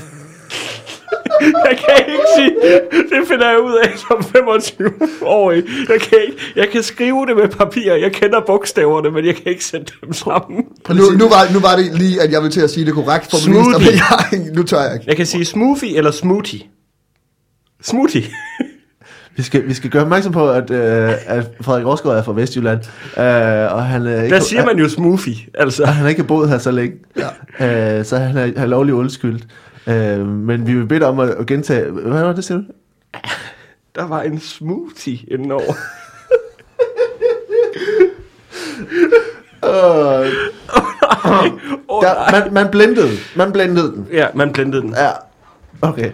Jeg kan ikke sige det, finder jeg ud af som femogtyve-årig. Jeg kan ikke, jeg kan skrive det med papir. Jeg kender bogstaverne, men jeg kan ikke sætte dem sammen. Nu, nu, var, nu var det lige, at jeg vil til at sige det korrekt for minister, men jeg, nu tør jeg ikke. Jeg kan sige smoothie eller smoothie. Smoothie. Vi skal, vi skal gøre opmærksom på, at, øh, at Frederik Rosgaard er fra Vestjylland. Øh, og han, øh, ikke, der siger man jo smoothie. Altså. Han har ikke boet her så længe. Ja. Øh, så han er, er lovlig undskyldt. Øh, men vi vil bede om at, at gentage. Hvad var det, siger du? Der var en smoothie indenover. øh, der, man, man blendede Man blendede den. Ja, man blendede den. Ja, okay.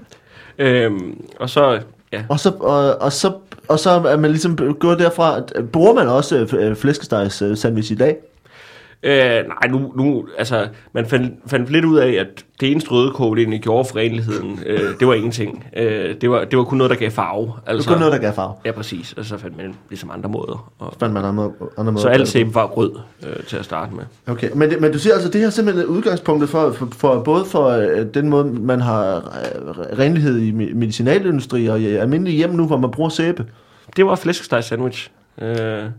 Øhm, og så... Ja. Og så og, og så og så er man ligesom gået derfra. At, bruger man også øh, flæskestegs øh, sandwich i dag? Øh, nej, nu, nu, altså, man fandt, fandt lidt ud af, at det eneste rødkål, det egentlig gjorde for renligheden, øh, det var ingenting. Øh, det, var, det var kun noget, der gav farve. Altså, det var kun noget, der gav farve? Ja, præcis. Og så fandt man ligesom andre måder. Og, fandt man andre, andre måder. Så alt sæbe var rød øh, til at starte med. Okay, men, men du siger altså, det her er simpelthen udgangspunktet for, for, for både for øh, den måde, man har øh, renlighed i medicinalindustri og i almindelige hjem nu, hvor man bruger sæbe? Det var flæskesteg sandwich. Øh,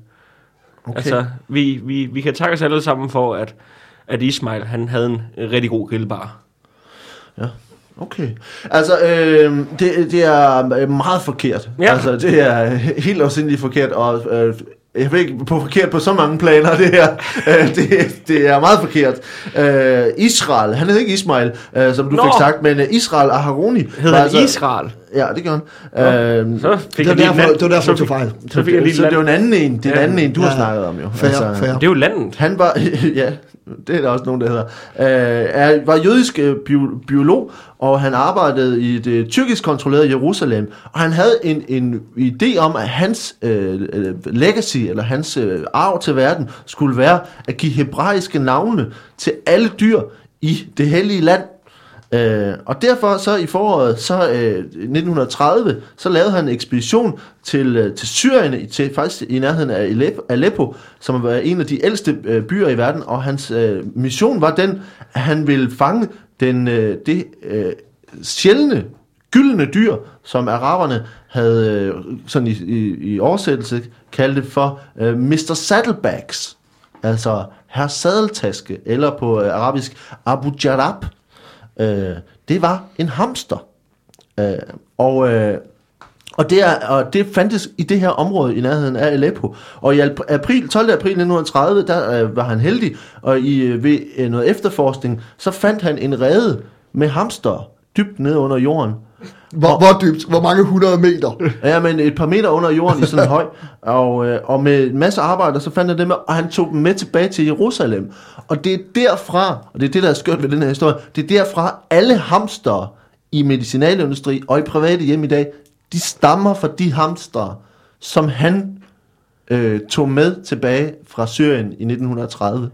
Okay. Altså, vi, vi, vi kan takke os alle sammen for, at, at Ismail, han havde en rigtig god grillbar. Ja, okay. Altså, øh, det, det er meget forkert. Ja. Altså, det er helt afsindigt forkert, og øh, jeg ved ikke, på forkert på så mange planer, det her. øh, det, det er meget forkert. Øh, Israel, han hed ikke Ismail, øh, som du Nå. fik sagt, men Israel Aharoni. Hedder han altså, Israel? Ja, det gør han. Øhm, så fik det, var derfor, det var derfor, du tog fejl. Så, så, så, så det var en anden en, det er en anden en, du ja. har snakket om jo. Fair, altså, fair. Det er jo landet. Han var, ja, det er der også nogen, der hedder. Øh, er, var jødisk øh, bio, biolog, og han arbejdede i det tyrkisk kontrollerede Jerusalem. Og han havde en, en idé om, at hans øh, legacy, eller hans øh, arv til verden, skulle være at give hebraiske navne til alle dyr i det hellige land. Øh, og derfor så i foråret så øh, nitten tredive så lavede han en ekspedition til øh, til Syrien, til faktisk i nærheden af Aleppo, som var en af de ældste øh, byer i verden, og hans øh, mission var den, at han ville fange den øh, det øh, sjældne gyldne dyr, som araberne havde øh, sådan i, i, i oversættelse kaldt det for øh, mister Saddlebags, altså herr sadeltaske, eller på øh, arabisk Abu Jarab. Øh, det var en hamster. Øh, og, øh, og, det er, og det fandtes i det her område i nærheden af Aleppo. Og i april, tolvte april nitten tredive, der øh, var han heldig, og i, ved øh, noget efterforskning, så fandt han en rede med hamster dybt nede under jorden. Hvor, og, hvor dybt? Hvor mange hundrede meter? Ja, men et par meter under jorden i sådan en høj. Og, øh, og med en masse arbejder, så fandt han dem, og han tog dem med tilbage til Jerusalem. Og det er derfra, og det er det, der er skørt ved den her historie, det er derfra alle hamstere i medicinalindustri og i private hjem i dag, de stammer fra de hamstere, som han øh, tog med tilbage fra Syrien i nitten tredive.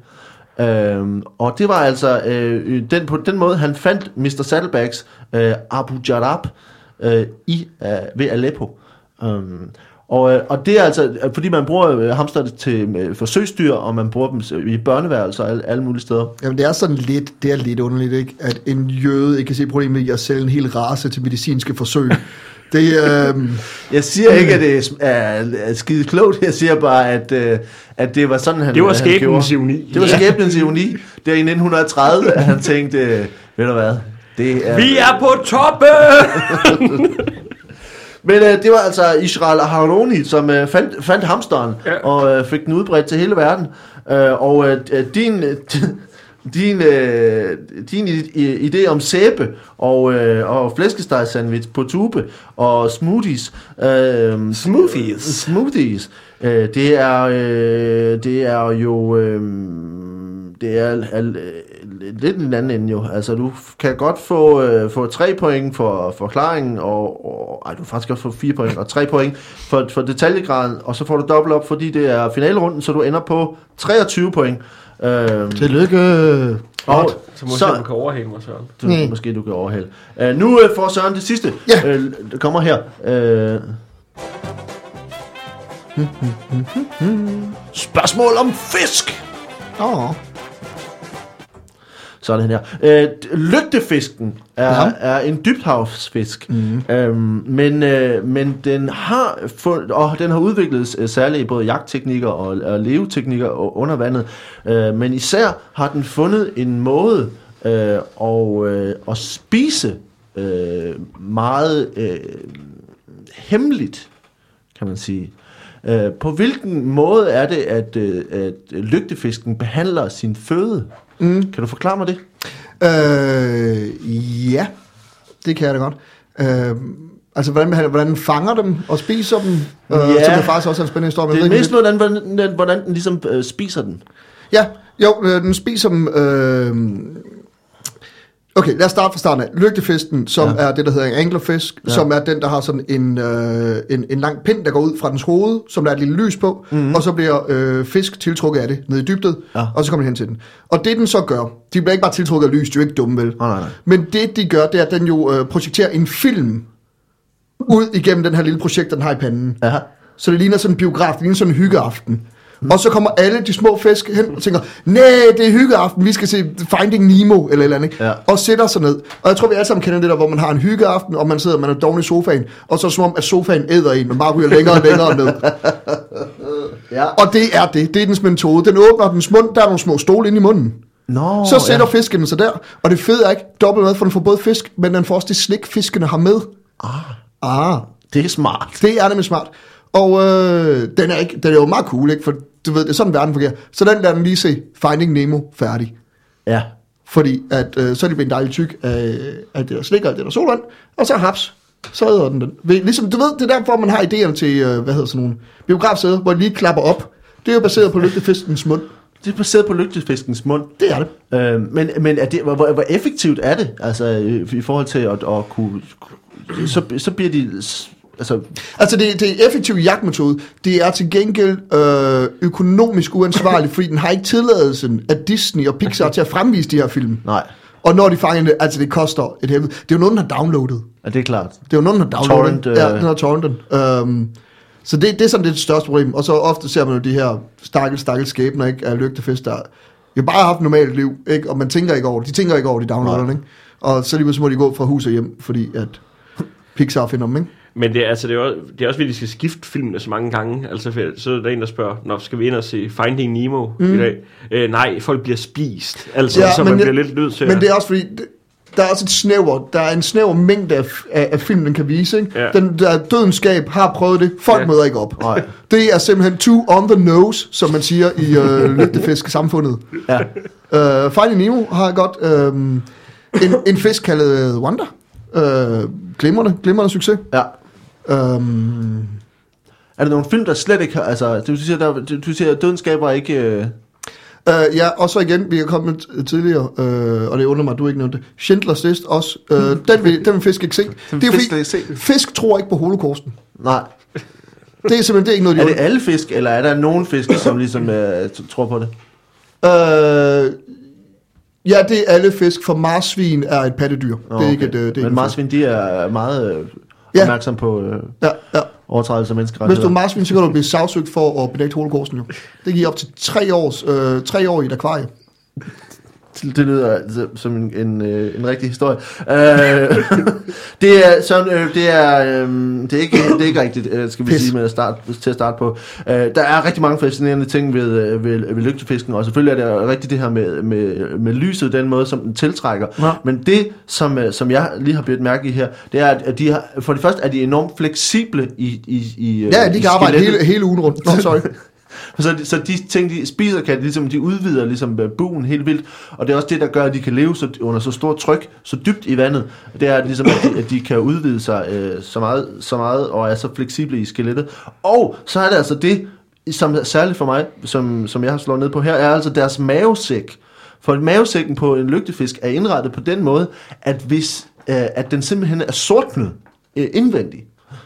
Øhm, og det var altså øh, den, på den måde han fandt mister Saddlebags øh, Abu Jarab øh, i, øh, ved Aleppo. øhm, og, øh, og det er altså fordi man bruger øh, hamster til øh, forsøgsdyr, og man bruger dem i børneværelser og alle, alle mulige steder. Jamen det er sådan lidt, det er lidt underligt, ikke? At en jøde ikke kan se problemet i at sælge en hel race til medicinske forsøg. Det, øh... Jeg siger ikke, at det er, er skide klogt. Jeg siger bare, at, øh, at det var sådan, han Det var han skæbnens gjorde. ironi. Det var skæbnens ironi. Det er i nitten tredive, at han tænkte, øh, ved du hvad, det er... Vi er på toppen! Men øh, det var altså Israel Aharoni, som øh, fandt, fandt hamsteren, Ja. og øh, fik den udbredt til hele verden. Øh, og øh, din... Din, øh, din idé om sæbe og, øh, og flæskestegsandwich på tube og smoothies. Øh, Smoothies. Smoothies. Øh, det er øh, det er jo øh, det er, er lidt en anden ende jo. Altså du kan godt få øh, få tre point for forklaringen og, og ej, du kan faktisk godt få fire point og tre point for for detaljegraden, og så får du dobbelt op, fordi det er finalerunden, så du ender på treogtyve point. Øhm, Tillykke. og Så måske så, du kan overhale mig, Søren. du, Mm. måske du kan overhælde. Uh, nu uh, får Søren det sidste. Ja. Uh, det kommer her. Uh, spørgsmål om fisk. Åh. Sådan her. Uh, lygtefisken er, Ja. er en dybhavsfisk, Mm. um, men, uh, men den har fund, og den har udviklet uh, særligt både jagtteknikker og, og leveteknikker under vandet, uh, men især har den fundet en måde uh, og, uh, at spise uh, meget uh, hemmeligt, kan man sige. Uh, på hvilken måde er det, at, uh, at lygtefisken behandler sin føde? Mm. Kan du forklare mig det? Øh, ja, det kan jeg da godt. Øh, altså, hvordan, behandler- hvordan den fanger dem og spiser dem, øh, Ja. som er faktisk også er en spændende historie. men Det jeg er ved mest ikke, noget, hvordan, hvordan, hvordan den ligesom øh, spiser den. Ja, jo, øh, den spiser dem... Øh, okay, lad os starte fra starten af. Lygtefisken, som Ja. ja. er det, der hedder en anglerfisk, Ja. ja. som er den, der har sådan en, øh, en, en lang pind, der går ud fra dens hoved, som der er et lille lys på, mm-hmm. og så bliver øh, fisk tiltrukket af det ned i dybdet, Ja. og så kommer de hen til den. Og det, den så gør, de bliver ikke bare tiltrukket af lys, de er jo ikke dumme, vel? Nej, nej, nej. Men det, de gør, det er, at den jo øh, projekterer en film ud igennem den her lille projekt, den har i panden. Ja. Så det ligner sådan en biograf, det ligner sådan en hyggeaften. Mm. Og så kommer alle de små fisk hen og tænker, nej, det er hyggeaften, vi skal se Finding Nemo, eller et eller andet, ikke? Ja. Og sætter sig ned. Og jeg tror, vi alle sammen kender det der, hvor man har en hyggeaften, og man sidder, man er doven i sofaen, og så er det som om, at sofaen æder en, man bare ryger længere og længere ned. Ja. Og det er det, det er dens metode. Den åbner dens mund, der er nogle små stole inde i munden. Nå, Så sætter ja. fisken sig der, og det fede er ikke dobbelt mad, for den får både fisk, men den får også det slik, fiskene har med. Ah, Ah, det er smart. det er nemlig smart. Og øh, den, er ikke, den er jo meget cool, ikke? For du ved, det er sådan, verden fungerer. Så den lader den lige se Finding Nemo færdig. Ja. Fordi at, øh, så er de blevet dejligt tyk af, af det der slik og det der solvand, og så haps, så æder den den. Ved- Ligesom, du ved, det er derfor, man har idéerne til, øh, hvad hedder sådan nogle biografsæder, hvor de lige klapper op. Det er jo baseret på lygtefiskens mund. Det er baseret på lygtefiskens mund. Det er det. Øh, men men er det, hvor, hvor hvor effektivt er det? Altså i, i forhold til at, at kunne... Så, så bliver de... s- Altså, Altså, det, det er effektiv jagtmetode. Det er til gengæld øh, økonomisk uansvarligt, fordi den har ikke tilladelsen af Disney og Pixar til at fremvise de her film. nej. Og når de fanger det, altså det koster et helvede. Det er jo nogen, der har downloadet. Ja, det er klart. Det er jo nogen, der har downloadet. Torrent, øh. Ja, den har torrenten. Um, så det, det er sådan det største problem. Og så ofte ser man jo de her stakkels, stakkels skæbner, ikke, af lygtefisk, der jo bare har haft et normalt liv, ikke? Og man tænker ikke over det. De tænker ikke over, de downloader, ikke? Og så lige så må de gå fra hus og hjem, fordi at Pixar finder dem, ikke? Men det, er, altså, det, er også, det er også, fordi de skal skifte filmene så mange gange. Altså, for- så er der en, der spørger, nå, skal vi ind og se Finding Nemo mm. i dag? Øh, nej, folk bliver spist. Altså, ja, så man bliver lidt nødt til Men at... det er også fordi, der er også et snæver, der er en snæver mængde af, af, af film, den kan vise, ikke? Ja. Den der dødenskab har prøvet det. Folk Ja. møder ikke op. Nej. Det er simpelthen too on the nose, som man siger i øh, lygtefisk-samfundet. Ja. Uh, Finding Nemo har godt uh, en, en fisk kaldet Wanda. Uh, glimrende, glimrende succes. Ja. Um, Er der nogle film, der slet ikke har... Altså, du siger, der, du siger at dødenskaber ikke... Øh, uh, ja, og så igen, vi har kommet med tidligere, uh, og det undrer mig, at du ikke nævnte det. Schindlers List også. Uh, den, vil, den vil fisk ikke se. Det er jo fisk, fordi, der se. fisk tror ikke på holocausten. nej. Det er simpelthen det er ikke noget, de Er det alle fisk, eller er der nogen fisk, som ligesom øh, t- tror på det? Øh, ja, det er alle fisk, for marsvin er et pattedyr. Nå, det er okay. ikke et, øh, det er ikke Men en marsvin, de er meget øh, Ja. opmærksom på øh, fisk. Ja, ja. overtrædelse af Hvis menneskerettigheder. du er marsvin, så kan du blive sagsøgt for at benægte holocausten jo. Det giver op til tre års, øh, tre år i et akvarie. Det lyder altså som en, en, en rigtig historie. Uh, det er sådan, uh, det er, um, det er ikke, det er ikke rigtigt, uh, skal vi Pis. sige med at starte, til at starte på. Uh, der er rigtig mange fascinerende ting ved, ved, ved lygtefisken, og selvfølgelig er det rigtigt det her med, med, med lyset, den måde, som den tiltrækker. Ja. Men det, som, som jeg lige har bidt mærke i her, det er, at de har, for det første er de enormt fleksible i, i, i ja, de kan arbejde hele, hele ugen rundt. Nå, sorry. Så de, så de ting, de spiser, kan de, ligesom, de udvider ligesom buen helt vildt, og det er også det, der gør, at de kan leve så, under så stort tryk, så dybt i vandet. Det er ligesom, at de, at de kan udvide sig øh, så, meget, så meget, og er så fleksible i skelettet. Og så er det altså det, som er særligt for mig, som, som jeg har slået ned på her, er altså deres mavesæk. For mavesækken på en lygtefisk er indrettet på den måde, at, hvis, øh, at den simpelthen er sortnet øh, indvendigt.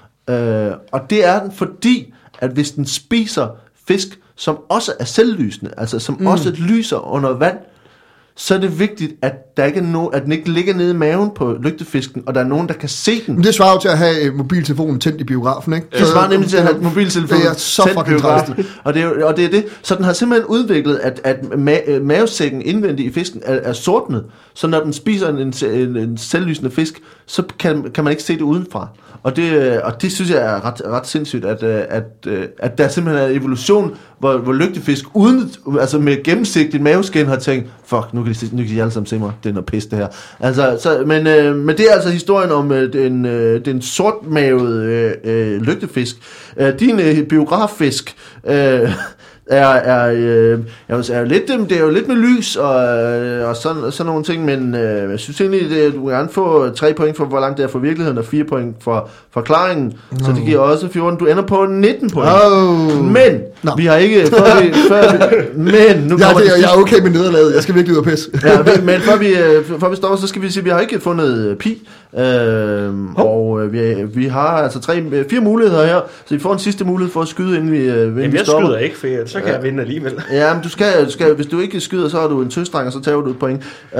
Øh, og det er den, fordi at hvis den spiser fisk, som også er selvlysende, altså som mm. også lyser under vand, så er det vigtigt, at, der ikke er no, at den ikke ligger nede i maven på lygtefisken, og der er nogen, der kan se den. Men det svarer jo til at have mobiltelefonen tændt i biografen, ikke? Det svarer nemlig til at have mobiltelefonen tændt i biografen. Og det, er, og det er det. Så den har simpelthen udviklet, at, at ma- mavesækken indvendigt i fisken er, er sortnet, så når den spiser en, en, en selvlysende fisk, så kan, kan man ikke se det udenfra. Og det, og det synes jeg er ret, ret sindssygt, at, at, at der simpelthen er evolution, hvor, hvor lygtefisk uden, altså med gennemsigtigt maveskin har tænkt, fuck, nu kan de, nu kan de alle sammen se mig, det er noget pis det her. Altså, så, men, øh, men det er altså historien om øh, den, øh, den sortmavede øh, lygtefisk. Øh, din øh, biograffisk øh, er, er, øh, er, er lidt, det er jo lidt med lys og, og sådan, sådan nogle ting, men øh, jeg synes egentlig, det, du kan gerne få tre point for, hvor langt det er fra virkeligheden, og fire point for forklaringen, no. Så det giver også fjorten. Du ender på nitten point. Oh. Men no. vi har ikke, før vi, før vi, men nu ja, det, jeg er okay med nederlaget, jeg skal virkelig ud og pisse. Ja, men før vi, før vi står, så skal vi sige, at vi har ikke fundet pi, øh, oh. og vi, vi har altså tre, fire muligheder her, så vi får en sidste mulighed for at skyde, inden vi, inden Jamen, vi jeg stopper. skyder ikke, for jeg, så kan ja. jeg vinde alligevel. Ja, men du skal, du skal, hvis du ikke skyder, så er du en tøstreng, og så tager du et point. Øh,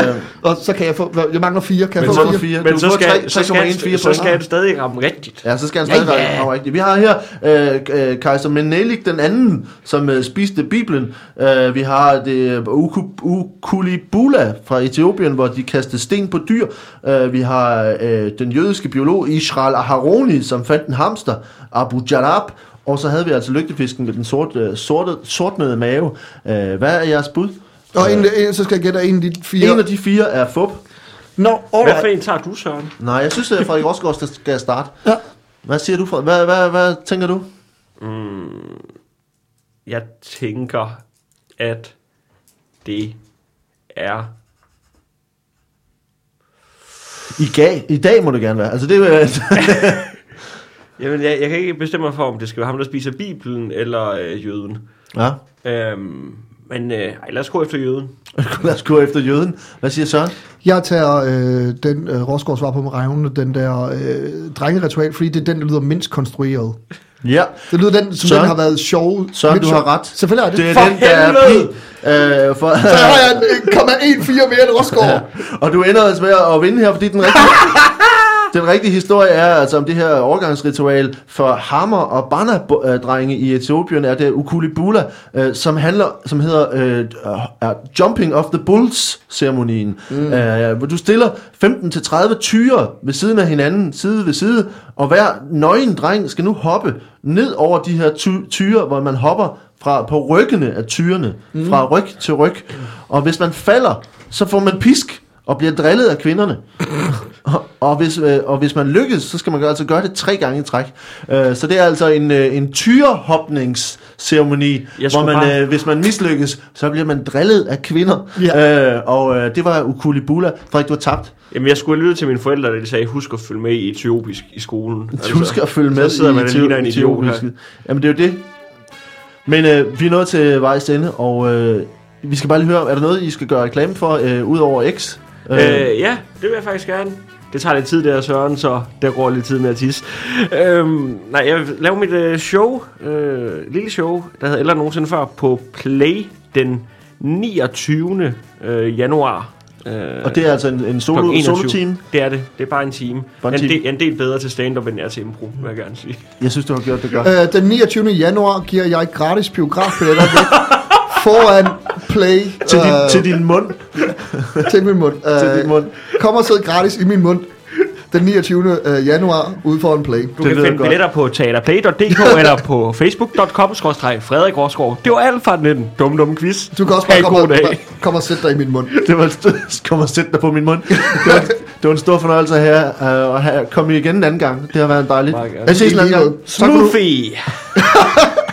og så kan jeg få, jeg mangler fire, kan jeg men få så, fire? Men du så skal, tre, så, skal, fire så skal du stadig ramme rigtigt. Ja, så skal han stadig ja, ja. ramme rigtigt. Vi har her øh, øh, kejser Menelik den anden, som øh, spiste Bibelen. Øh, vi har det Ukulibula fra Etiopien, hvor de kastede sten på dyr. Øh, vi har øh, den jødiske biolog Israel Aharoni, som fandt en hamster, Abu Jarab. Og så havde vi altså lygtefisken med den sorte, sorte, sortnede mave. Uh, hvad er jeres bud? Og en, en, så skal jeg gætte en af de fire. En af de fire er fup. No, hvad for en tager du, Søren? Nej, jeg synes, at Frederik Rosgaard skal starte. Ja. Hvad siger du, Frederik? Hvad, hvad, hvad tænker du? Mm, jeg tænker, at det er... I, ga- I dag må det gerne være. Altså, det er Jamen, jeg, jeg kan ikke bestemme mig for, om det skal være ham, der spiser Bibelen, eller øh, jøden. Ja. Øhm, men øh, ej, lad os gå efter jøden. Lad os gå efter jøden. Hvad siger Søren? Jeg tager øh, den, øh, Rosgaard svar på med revne, den der øh, drengeritual, fordi det er den, der lyder mindst konstrueret. Ja. Det lyder den, som Søren, den har været sjov. Søren, du har ret. Selvfølgelig er det. Det er for den, der er pi. Øh, for, så har jeg en komma en fire mere end Rosgaard. Ja. Og du ender altså med at vinde her, fordi den rigtige... Den rigtige historie er altså om det her overgangsritual for Hammer og Bana-drenge i Etiopien, er det Ukulibula, øh, som handler, som hedder øh, uh, Jumping of the Bulls-ceremonien. Mm. Øh, hvor du stiller femten til tredive tyre ved siden af hinanden, side ved side, og hver nøgen dreng skal nu hoppe ned over de her ty- tyre, hvor man hopper fra, på ryggene af tyrene, mm. fra ryg til ryg. Og hvis man falder, så får man pisk og bliver drillet af kvinderne. og, og, hvis, øh, og hvis man lykkes, så skal man altså gøre det tre gange i træk. Uh, så det er altså en, øh, en tyrehopningsceremoni, hvor man, bare... øh, hvis man mislykkes, så bliver man drillet af kvinder. Yeah. Uh, og øh, det var Ukulibula. Frederik, du har tabt. Jamen, jeg skulle lytte til mine forældre, da de sagde, husk at følge med i etiopisk i skolen. Altså, husk at følge med så sidder i man etiopisk. En idiot her. Jamen, det er jo det. Men øh, vi er nået til vejs ende, og øh, vi skal bare lige høre, er der noget, I skal gøre reklame for, øh, ud over X? Øh, ja, det vil jeg faktisk gerne. Det tager lidt tid der, Søren, så der går lidt tid med at tisse. Øhm, nej, jeg vil lave mit øh, show, øh, lille show, der hedder Eller Nogensinde Før, på Play den niogtyvende Øh, januar. Øh, og det er altså en, en solo, solo-team? Det er det. Det er bare en time. Bare en, en, del, en del bedre til stand-up, end jeg er til impro, vil jeg gerne sige. Jeg synes, du har gjort det godt. Øh, den niogtyvende januar giver jeg gratis biografbilletter væk foran Play. til, din, øh, til din mund. til min mund. til Øh, din mund. Kom og sidde gratis i min mund den niogtyvende januar ude foran Play. Du Det kan lyder finde godt. billetter på teaterplay punktum d k eller på facebook punktum com skråstreg Frederik Rosgaard. Det var alt fra den dumme, dumme quiz. Du kan også Ha' bare en komme god og, dag. kom og sætte dig i min mund. Det var kom og sætte dig på min mund. Det var, det var en stor fornøjelse her uh, at have, komme igen en anden gang. Det har været en dejligt. Meget gerne. Jeg ses en anden I lige gang. måde. Tak for nu. Smoothie!